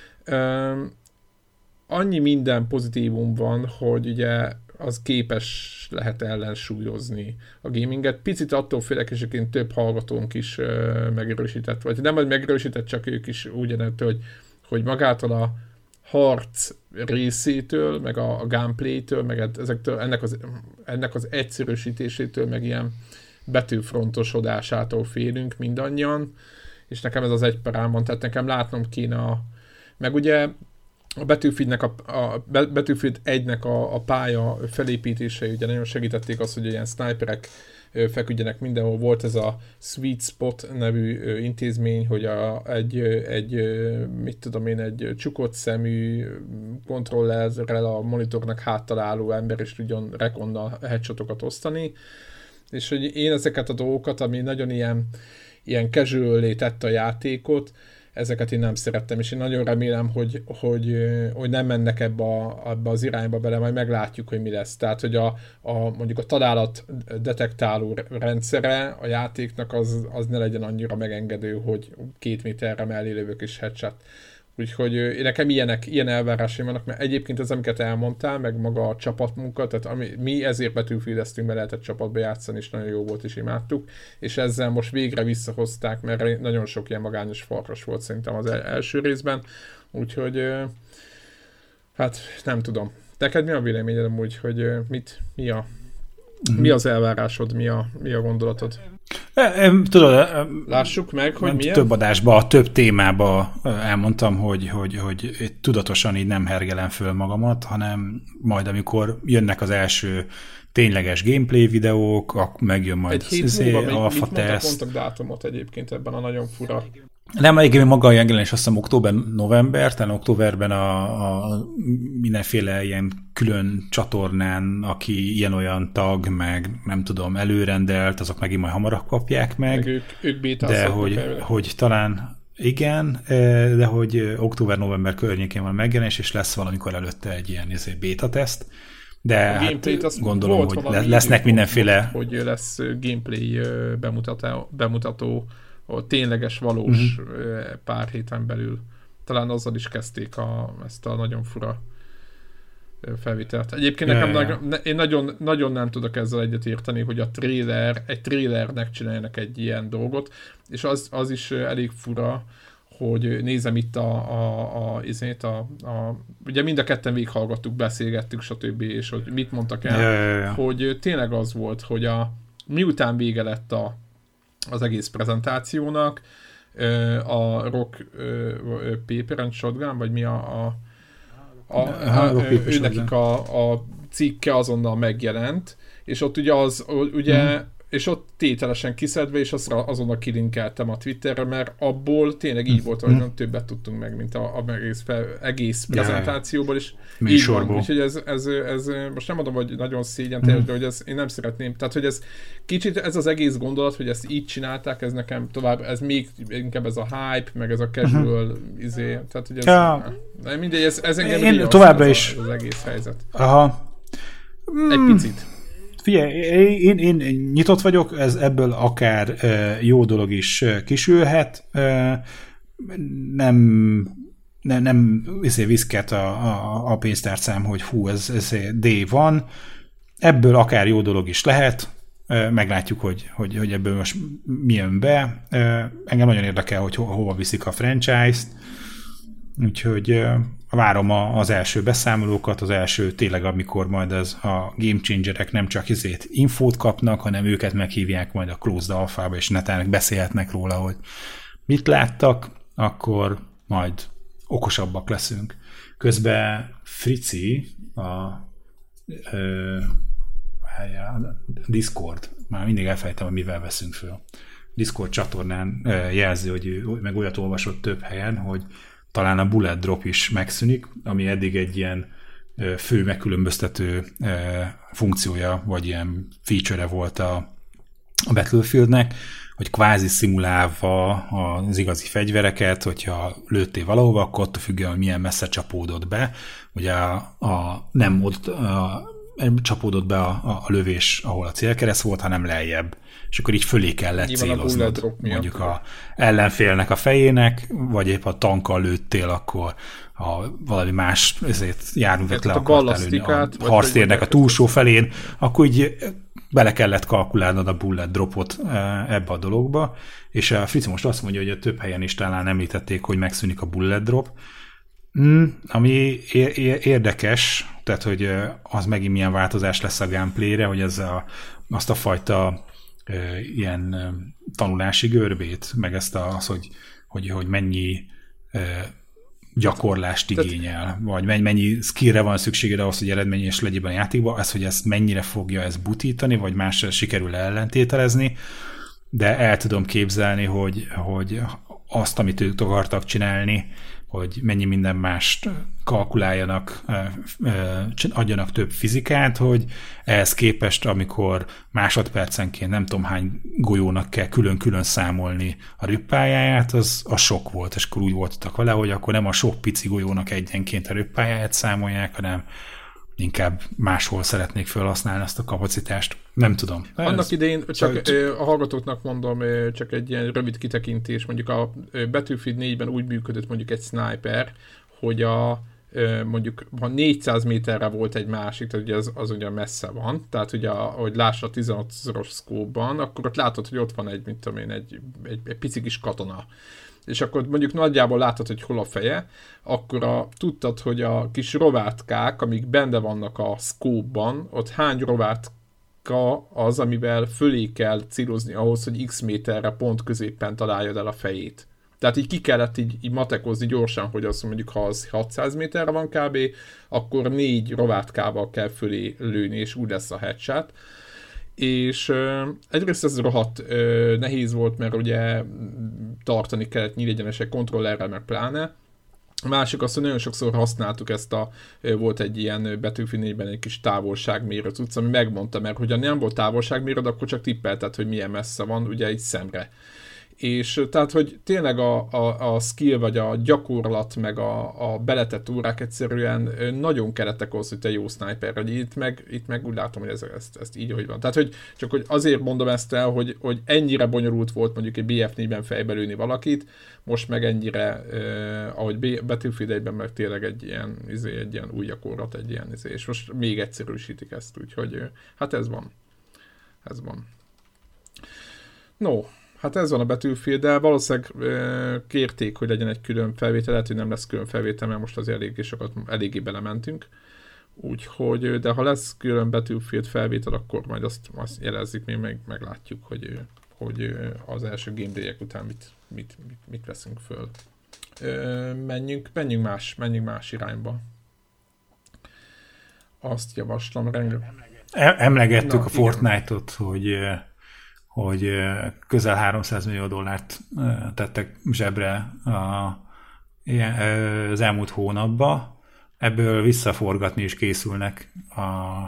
Um, annyi minden pozitívum van, hogy ugye az képes lehet ellensúlyozni a gaminget. Picit attól félek, és egyébként több hallgatónk is uh, megerősített, vagy nem, hogy megerősített, csak ők is úgy jelentő, hogy, hogy magától a harc részétől, meg a, a gameplaytől, meg ezektől, ennek az, ennek az egyszerűsítésétől, meg ilyen betűfrontosodásától félünk mindannyian, és nekem ez az egy perám van, tehát nekem látnom kéne a... Meg ugye a Battlefieldnek a, a Battlefield egynek a, a pálya felépítései ugye nagyon segítették azt, hogy ilyen sniperek feküdjenek mindenhol. Volt ez a Sweet Spot nevű intézmény, hogy a, egy, egy, mit tudom én, egy csukott szemű kontrollerrel a monitornak háttaláló ember is tudjon rekonnal headshotokat osztani. És hogy én ezeket a dolgokat, ami nagyon ilyen ilyen casual-lé tette a játékot, ezeket én nem szerettem, és én nagyon remélem, hogy, hogy, hogy nem mennek ebbe, a, ebbe az irányba bele, majd meglátjuk, hogy mi lesz. Tehát, hogy a, a, mondjuk a találat detektáló rendszere a játéknak az, az ne legyen annyira megengedő, hogy két méterre mellé lövök és headshot. Úgyhogy nekem ilyenek, ilyen elvárásaim vannak, mert egyébként az, amiket elmondtál, meg maga a csapatmunka, tehát ami, mi ezért Battlefield-eztünk, be lehetett csapatba játszani, és nagyon jó volt, és imádtuk, és ezzel most végre visszahozták, mert nagyon sok ilyen magányos farkas volt szerintem az első részben, úgyhogy hát nem tudom. Neked mi a véleményed amúgy, hogy mit, mi, a, mm. mi az elvárásod, mi a, mi a gondolatod? Tudod, lássuk meg, hogy milyen? Több adásban, több témában elmondtam, hogy, hogy, hogy tudatosan így nem hergelem föl magamat, hanem majd amikor jönnek az első tényleges gameplay videók, akkor megjön majd egy az alfa teszt. Mondtak dátumot egyébként ebben a nagyon fura. Nem, egyébként maga a megjelenés azt hiszem október-november, tehát októberben a, a mindenféle ilyen külön csatornán, aki ilyen-olyan tag, meg nem tudom, előrendelt, azok megint majd hamarabb kapják meg. meg ők, ők de hogy, hogy talán igen, de hogy október-november környékén van megjelenés, és lesz valamikor előtte egy ilyen béta teszt. De hát gondolom, hogy lesznek mindenféle... Hogy lesz gameplay bemutató, bemutató a tényleges, valós uh-huh. pár héten belül. Talán azzal is kezdték a, ezt a nagyon fura felvételt. Egyébként nekem ja, ja. Nagy, én nagyon, nagyon nem tudok ezzel egyet érteni, hogy a trailer, egy trailernek csináljanak egy ilyen dolgot, és az, az is elég fura, hogy nézem itt a, a, a, izét, a, a ugye mind a ketten végighallgattuk, beszélgettük, stb. És hogy mit mondtak el, ja, ja, ja. hogy tényleg az volt, hogy a, miután vége lett a, az egész prezentációnak, a Rock Paper and Shotgun, vagy mi a, a, a, a, a ő nekik a, a cikke azonnal megjelent, és ott ugye az, ugye mm. és ott tételesen kiszedve, és azt azonnal kilinkeltem a Twitterre, mert abból tényleg így volt, hogy mm. többet tudtunk meg, mint a, a egész, fel, egész prezentációból, és így van. Úgyhogy ez, ez, ez, most nem mondom, hogy nagyon szégyen teljes, mm. de hogy ez, én nem szeretném. Tehát, hogy ez kicsit ez az egész gondolat, hogy ezt így csinálták, ez nekem tovább, ez még inkább ez a hype, meg ez a casual uh-huh. izé, tehát, hogy ez, ja. ne, mindegy, ez, ez engem én így továbbra az, is az, az egész helyzet. Aha. Egy Mm. picit. Figyelj, én, én, én nyitott vagyok, ez ebből akár uh, jó dolog is uh, kisülhet. Uh, nem nem, nem viszket a, a, a pénztárcám, hogy hú, ez, ez D van. Ebből akár jó dolog is lehet. Uh, meglátjuk, hogy, hogy, hogy ebből most mi jön be. Uh, engem nagyon érdekel, hogy ho, hova viszik a franchise-t. Úgyhogy uh, várom a, az első beszámolókat, az első tényleg, amikor majd az a game changerek nem csak izét infót kapnak, hanem őket meghívják majd a Closed Alpha-ba, és netán beszélhetnek róla, hogy mit láttak, akkor majd okosabbak leszünk. Közben Frici a, ö, a Discord, már mindig elfelejtem, hogy mivel veszünk föl. Discord csatornán ö, jelzi, hogy ő meg olyat olvasott több helyen, hogy talán a bullet drop is megszűnik, ami eddig egy ilyen fő megkülönböztető funkciója, vagy ilyen feature-e volt a Battlefieldnek, hogy kvázi szimulálva az igazi fegyvereket, hogyha lőttél valahova, akkor attól függően, hogy milyen messze csapódott be, ugye a, a, nem ott a, csapódott be a, a lövés, ahol a célkereszt volt, hanem lejjebb. És akkor így fölé kellett céloznod, mondjuk a ellenfélnek a fejének, vagy épp a tankkal lőttél, akkor ha valami más ezért járművet le akartál lőni a harctérnek a túlsó felén, akkor így bele kellett kalkulálnod a bullet dropot ebbe a dologba, és a Frici most azt mondja, hogy a több helyen is talán említették, hogy megszűnik a bullet drop, mm, ami érdekes, tehát hogy az megint milyen változás lesz a gameplayre, hogy ez a, azt a fajta ilyen tanulási görbét, meg ezt az, hogy, hogy, hogy mennyi gyakorlást igényel, vagy mennyi skillre van szükséged ahhoz, hogy eredményes legyél a játékban, ez, hogy ezt mennyire fogja ezt butítani, vagy mással sikerül ellentételezni, de el tudom képzelni, hogy, hogy azt, amit ők akartak csinálni, hogy mennyi minden mást kalkuláljanak, adjanak több fizikát, hogy ehhez képest, amikor másodpercenként nem tudom hány golyónak kell külön-külön számolni a röppályáját, az a sok volt, és akkor úgy voltak vele, hogy akkor nem a sok pici golyónak egyenként a röppályáját számolják, hanem inkább máshol szeretnék felhasználni azt a kapacitást. Nem tudom. Annak Ez idején, csak a hallgatóknak mondom, csak egy ilyen rövid kitekintés, mondjuk a Battlefield négyben úgy működött mondjuk egy sniper, hogy a mondjuk, ha négyszáz méterre volt egy másik, tehát ugye az, az ugye messze van, tehát ugye, ahogy lássa a tizenhatszoros szkópban, akkor ott látod, hogy ott van egy, mint tudom én, egy, egy, egy pici kis katona. És akkor mondjuk nagyjából látod, hogy hol a feje, akkor a, tudtad, hogy a kis rovátkák, amik benne vannak a szkópban, ott hány rovátka az, amivel fölé kell célozni ahhoz, hogy x méterre pont középpen találjad el a fejét. Tehát így ki kellett így, így matekozni gyorsan, hogy azt mondjuk, ha az hatszáz méterre van kb., akkor négy rovátkával kell fölé lőni, és úgy lesz a headshot. És uh, egyrészt ez rohadt uh, nehéz volt, mert ugye tartani kellett nyílegyenesek kontrollerrel, meg pláne. A másik az, hogy nagyon sokszor használtuk ezt a, uh, volt egy ilyen Battlefield négyben egy kis távolságmérő cucc, ami megmondta, mert hogyha nem volt távolságmérőd, akkor csak tippelted, hogy milyen messze van, ugye egy szemre. És tehát, hogy tényleg a, a, a skill, vagy a gyakorlat, meg a, a beletett órák egyszerűen nagyon keretek ahhoz, hogy te jó sniper vagy. Itt meg, itt meg úgy látom, hogy ez, ezt, ezt így, hogy van. Tehát, hogy csak hogy azért mondom ezt el, hogy, hogy ennyire bonyolult volt mondjuk egy bé ef négyben fejbe lőni valakit, most meg ennyire, eh, ahogy Battlefield egyben meg tényleg egy ilyen, izé, egy ilyen új gyakorlat, egy ilyen, izé, és most még egyszerűsítik ezt, úgyhogy hát ez van. Ez van. No, hát ez van a Battlefield-del, valószínűleg e, kérték, hogy legyen egy külön felvétel, lehet, hogy nem lesz külön felvétel, mert most az eléggé sokat, eléggé belementünk. Úgyhogy, de ha lesz külön Battlefield felvétel, akkor majd azt, azt jelezzük, még meg, meglátjuk, hogy, hogy az első Game Day-ek után mit, mit, mit, mit veszünk föl. E, menjünk, menjünk, más, menjünk más irányba. Azt javaslom, rengeteg. Emlegettük Na, a Fortnite-ot, hogy hogy közel háromszáz millió dollárt tettek zsebre a, az elmúlt hónapban. Ebből visszaforgatni is készülnek a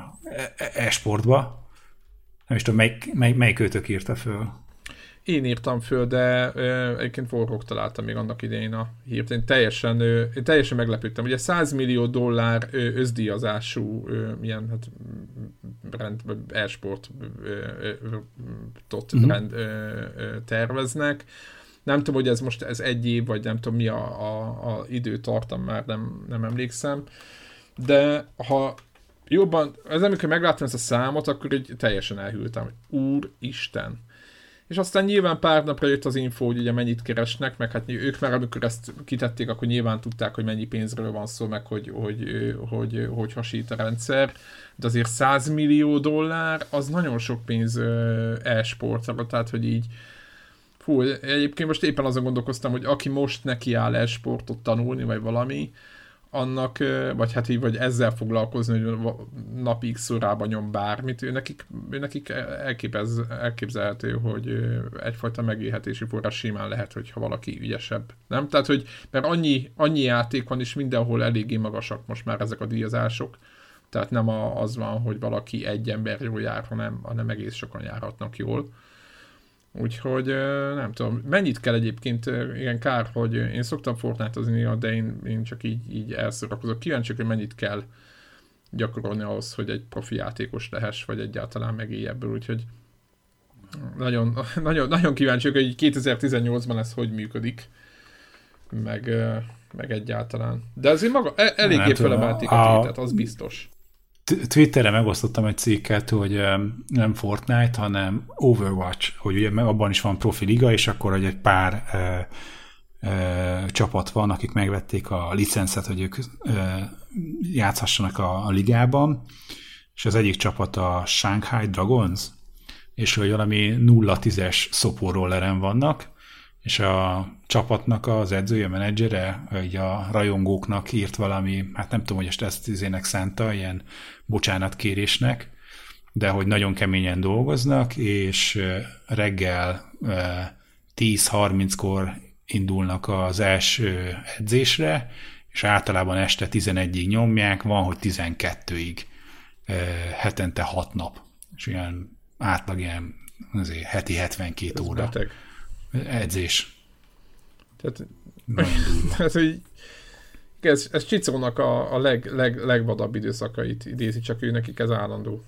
e-sportba. Nem is tudom, melyik, mely, melyik őtök írta föl? Én írtam föl, de ö, egyébként Warhawk találtam még annak idején a hírt. Én teljesen, ö, én teljesen meglepődtem. Ugye száz millió dollár ö, összdíjazású ö, milyen hát, brand, e-sport tot uh-huh. brand ö, ö, terveznek. Nem tudom, hogy ez most ez egy év, vagy nem tudom mi a, a, a időtartam, már nem, nem emlékszem. De ha jobban, ez amikor megláttam ezt a számot, akkor így teljesen elhűltem, hogy úristen. És aztán nyilván pár napra jött az info, hogy ugye mennyit keresnek, meg hát ők már amikor ezt kitették, akkor nyilván tudták, hogy mennyi pénzről van szó, meg hogy hogy, hogy, hogy hasít a rendszer. De azért száz millió dollár, az nagyon sok pénz e-sportra, tehát hogy így fú, egyébként most éppen azon gondolkoztam, hogy aki most neki áll e-sportot tanulni, vagy valami, annak, vagy hát így, vagy ezzel foglalkozni, hogy napi x órában nyom bármit, ő nekik, ő nekik elképez, elképzelhető, hogy egyfajta megélhetési forrás simán lehet, hogyha valaki ügyesebb. Nem? Tehát, hogy mert annyi, annyi játék van, és mindenhol eléggé magasak most már ezek a díjazások. Tehát nem az van, hogy valaki egy ember jól jár, hanem, hanem egész sokan járhatnak jól. Úgyhogy nem tudom, mennyit kell egyébként, igen, kár, hogy én szoktam Fortnite-ozni, de én, én csak így, így elszórakozok. Kíváncsiak, hogy mennyit kell gyakorolni ahhoz, hogy egy profi játékos lehess, vagy egyáltalán megélj ebből, úgyhogy nagyon, nagyon, nagyon kíváncsiak, hogy kétezer-tizennyolcban ez hogy működik, meg, meg egyáltalán. De azért maga eléggé felemelték a tétet, az biztos. Twitterre megosztottam egy cikket, hogy nem Fortnite, hanem Overwatch, hogy ugye abban is van profi liga, és akkor hogy egy pár e, e, csapat van, akik megvették a licencet, hogy ők e, játszhassanak a, a ligában, és az egyik csapat a Shanghai Dragons, és hogy valami nulla tízes szopórolleren vannak, és a csapatnak az edzője, menedzsere, így a rajongóknak írt valami, hát nem tudom, hogy ezt, ezt izének szánta, ilyen bocsánatkérésnek, de hogy nagyon keményen dolgoznak, és reggel tíz harminckor indulnak az első edzésre, és általában este tizenegyig nyomják, van, hogy tizenkettőig, hetente hat nap, és ilyen átlag ilyen azért heti hetvenkét óra. Beteg. Edzés. Tehát, tehát hogy ez, ez Csicónak a, a leg, leg, legvadabb időszakait idézi, csak ő nekik ez állandó.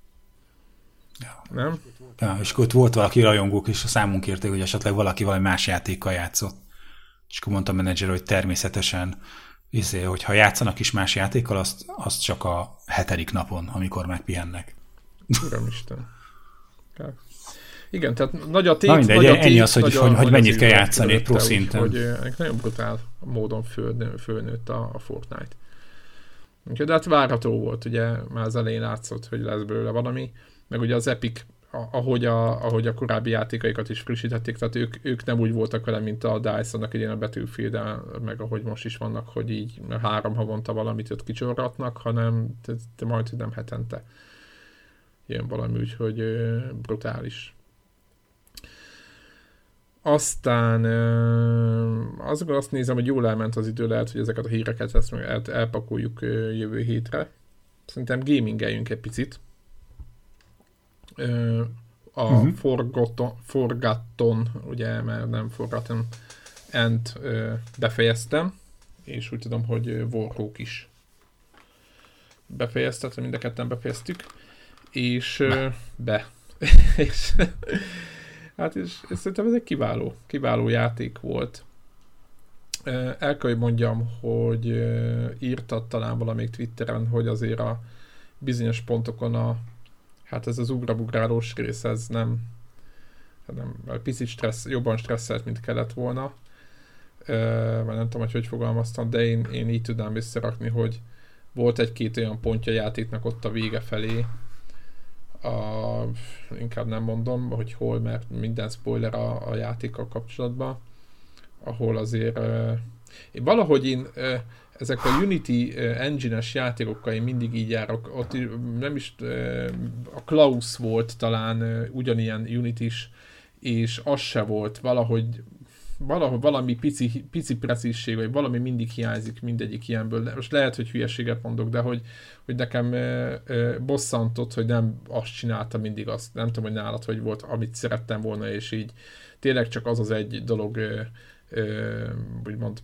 Ja. Nem? Ja, és ott volt valaki rajongók, és a számunk kérték, hogy esetleg valaki valami más játékkal játszott. És akkor mondta a menedzser, hogy természetesen, hogyha játszanak is más játékkal, azt, azt csak a hetedik napon, amikor megpihennek. Uramisten. Kár. Igen, tehát nagy a tét, Na mindegy, nagy a tét, ennyi az, hogy, hogy, hogy mennyit kell játszani pro szinten. Hogy nagyon brutál módon fölnő, fölnőtt a, a Fortnite. Úgyhogy de hát várható volt, ugye már az elején látszott, hogy lesz belőle valami, meg ugye az Epic, ahogy a, ahogy a korábbi játékaikat is frissítették, tehát ők, ők nem úgy voltak vele, mint a DICE annak idén a battlefield, meg ahogy most is vannak, hogy így három havonta valamit ott kicsorgatnak, hanem te, te majd, hogy nem hetente jön valami, úgyhogy brutális. Aztán azokon azt nézem, hogy jól elment az idő, lehet, hogy ezeket a híreket ezt el, elpakoljuk jövő hétre. Szerintem gamingeljünk egy picit. a uh-huh. Forgotten, Forgotten, ugye, mert nem Forgotten End ö, befejeztem, és úgy tudom, hogy Warhawk is befejezte, mind a ketten befejeztük, és be, be. és, hát és, és szerintem ez egy kiváló, kiváló játék volt. El kell, hogy mondjam, hogy írtad talán valamelyik Twitteren, hogy azért a bizonyos pontokon a hát ez az ugrabugrálós rész, ez nem, nem picit stressz, jobban stresszelt, mint kellett volna. Mert nem tudom, hogy hogy fogalmaztam, de én, én így tudnám összerakni, hogy volt egy-két olyan pontja játéknak ott a vége felé, a, inkább nem mondom, hogy hol, mert minden spoiler a, a játékkal kapcsolatban, ahol azért én valahogy én ezek a Unity engine-es játékokkal én mindig így járok, ott nem is a Klaus volt talán ugyanilyen Unity-s, és az se volt valahogy valahogy valami pici, pici precízség, vagy valami mindig hiányzik mindegyik ilyenből. Most lehet, hogy hülyeséget mondok, de hogy, hogy nekem e, e, bosszantott, hogy nem azt csinálta mindig azt. Nem tudom, hogy nálad hogy volt, amit szerettem volna, és így tényleg csak az az egy dolog, e, e, úgymond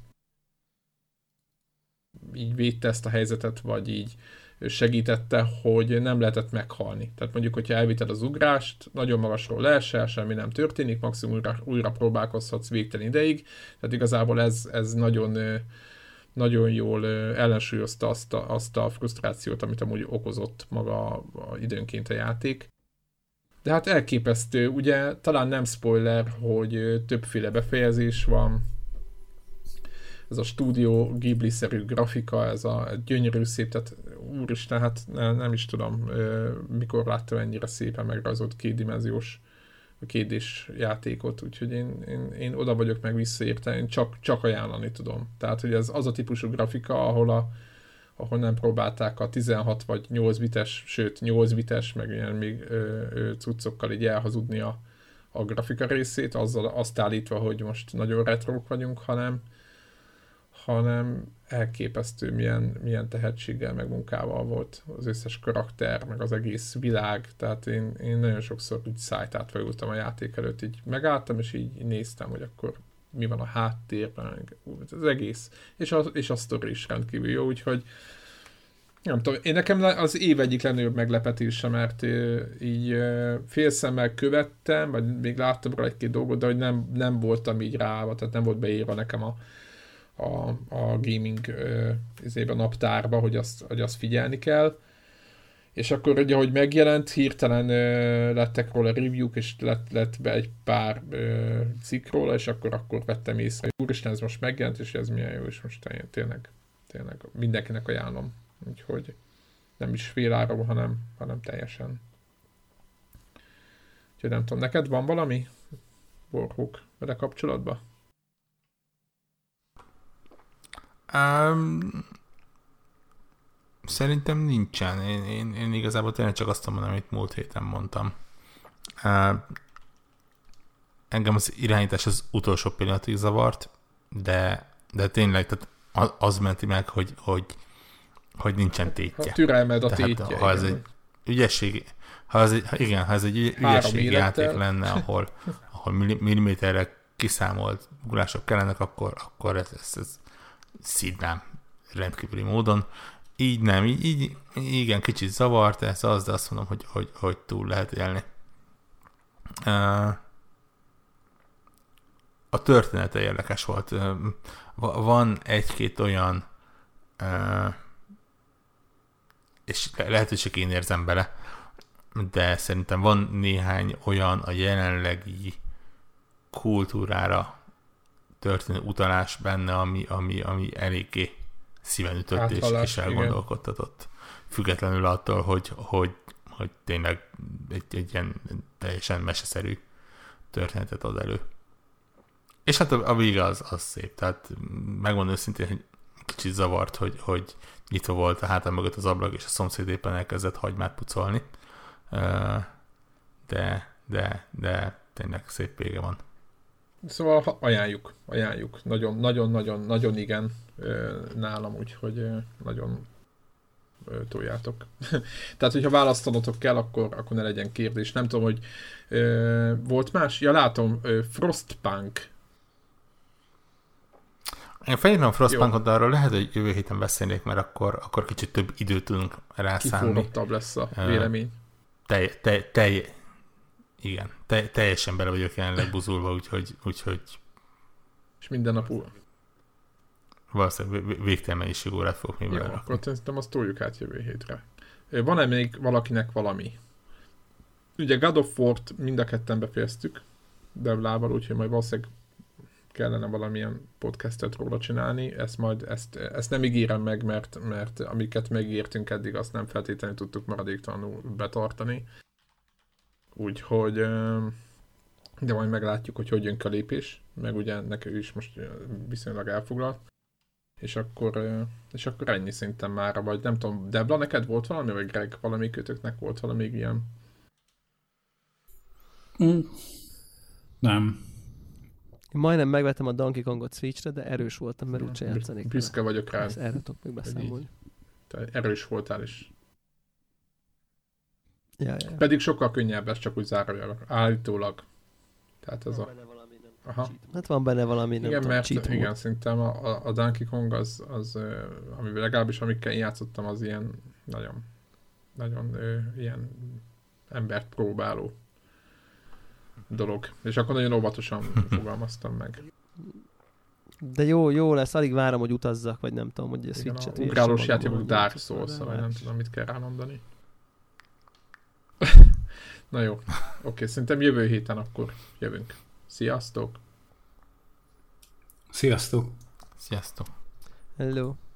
így védte ezt a helyzetet, vagy így segítette, hogy nem lehetett meghalni. Tehát mondjuk, hogyha elvited az ugrást, nagyon magasról leesel, semmi nem történik, maximum újra, újra próbálkozhatsz végtelen ideig. Tehát igazából ez, ez nagyon, nagyon jól ellensúlyozta azt a, azt a frusztrációt, amit amúgy okozott maga a, a, időnként a játék. De hát elképesztő, ugye talán nem spoiler, hogy többféle befejezés van, ez a Studio Ghibli-szerű grafika, ez a gyönyörű szép, tehát úristen, hát nem, nem is tudom, mikor láttam ennyire szépen megrajzolt kétdimenziós, kétdés játékot, úgyhogy én, én, én oda vagyok meg visszaérte, én csak, csak ajánlani tudom. Tehát, hogy ez az a típusú grafika, ahol, a, ahol nem próbálták a tizenhat vagy nyolc bites, sőt nyolc bites, meg ilyen még ö, ö, cuccokkal így elhazudni a, a grafika részét, azzal azt állítva, hogy most nagyon retrók vagyunk, hanem hanem elképesztő milyen, milyen tehetséggel, meg munkával volt az összes karakter, meg az egész világ, tehát én, én nagyon sokszor így szájtátva ültem a játék előtt, így megálltam, és így néztem, hogy akkor mi van a háttérben, az egész, és a, és a sztori is rendkívül jó, úgyhogy nem tudom, én nekem az év egyik legnagyobb meglepetése, mert így félszemmel követtem, vagy még láttam róla egy-két dolgot, de hogy nem, nem voltam így rá, tehát nem volt beírva nekem a a, a gaming uh, a naptárba, hogy azt, hogy azt figyelni kell. És akkor ugye, ahogy megjelent, hirtelen uh, lettek róla review-k, és lett, lett be egy pár uh, cikk róla, és akkor, akkor vettem észre, hogy úristen, ez most megjelent, és ez milyen jó, és most tényleg, tényleg mindenkinek ajánlom. Úgyhogy nem is féláron, hanem, hanem teljesen. Úgyhogy nem tudom, neked van valami Warhawk vele kapcsolatban? Um, szerintem nincsen. Én, én, én igazából tényleg csak azt mondom, amit múlt héten mondtam. Uh, engem az irányítás az utolsó pillanatig zavart, de, de tényleg tehát az, az menti meg, hogy, hogy, hogy nincsen tétje. Ha türelmed a tétje. Ha ez egy ügyesség, ha ez egy, igen, ha ez egy ügyességi játék lenne, ahol, ahol milliméterre kiszámolt ugrások kellenek, akkor, akkor ez, ez, ez szidnám rendkívüli módon. Így nem, így, így igen, kicsit zavart ez az, de azt mondom, hogy, hogy, hogy túl lehet élni. A története érdekes volt. Van egy-két olyan és lehet, hogy csak én érzem bele, de szerintem van néhány olyan a jelenlegi kultúrára történő utalás benne, ami, ami, ami eléggé szíven ütött és, és elgondolkodtatott. Igen. Függetlenül attól, hogy, hogy, hogy tényleg egy, egy ilyen teljesen meseszerű történetet ad elő. És hát a, a vége az, az szép. Tehát megmondom őszintén, hogy kicsit zavart, hogy, hogy nyitva volt a hátam mögött az ablak, és a szomszéd éppen elkezdett hagymát pucolni. De, de, de tényleg szép vége van. Szóval ajánljuk, ajánljuk. Nagyon, nagyon, nagyon, nagyon igen nálam, úgyhogy nagyon, toljátok. Tehát, hogyha választanotok kell, akkor, akkor ne legyen kérdés. Nem tudom, hogy ö, volt más? Ja, látom, ö, Frostpunk. Én felírnom Frostpunkot, de arról lehet, hogy jövő héten beszélnék, mert akkor, akkor kicsit több időt tudunk rászállni. Kiforrottabb lesz a vélemény. Telj, telj, telj, igen, telj, teljesen bele vagyok jelenleg buzulva, úgyhogy, úgyhogy és minden nap úr. Valószínűleg végtelen mennyiség órát fogok még vele. Jó, akkor szerintem azt toljuk át jövő hétre. Van-e még valakinek valami? Ugye God of War-t mind a ketten befejeztük Devlával, úgyhogy majd valószínűleg kellene valamilyen podcastet róla csinálni. Ezt majd, ezt, ezt nem ígérem meg, mert, mert amiket megígértünk eddig, azt nem feltétlenül tudtuk maradéktalanul betartani. Úgyhogy de majd meglátjuk, hogy hogy jön a lépés, meg ugye neki is most viszonylag elfoglalt. És akkor, és akkor ennyi szinten mára, vagy nem tudom, Debla, neked volt valami, vagy Greg, valami kötöknek volt valami ilyen? Mm. Nem. Én majdnem megvettem a Donkey Kongot Switchre, de erős voltam, mert úgyse játszanék. Büszke vagyok rá. Erre tudok még beszámolni. Te erős voltál is. Ja, ja. Pedig sokkal könnyebb, ez csak úgy zárója állítólag. Tehát ez a... Aha. Hát van benne valami, nem igen, tudom, mert cheat igen, mód. szerintem a, a Donkey Kong az, az amivel legalábbis amikkel én játszottam, az ilyen nagyon, nagyon ö, ilyen embert próbáló dolog. És akkor nagyon óvatosan fogalmaztam meg. De jó, jó lesz, alig várom, hogy utazzak, vagy nem tudom, hogy a Switch-et... Igen, a ugrálós játékok Dark Souls, vagy nem tudom, mit kell rámondani. Na jó, oké, okay, szerintem jövő héten akkor jövünk. Sziasztok! Sziasztok! Sziasztok! Hello!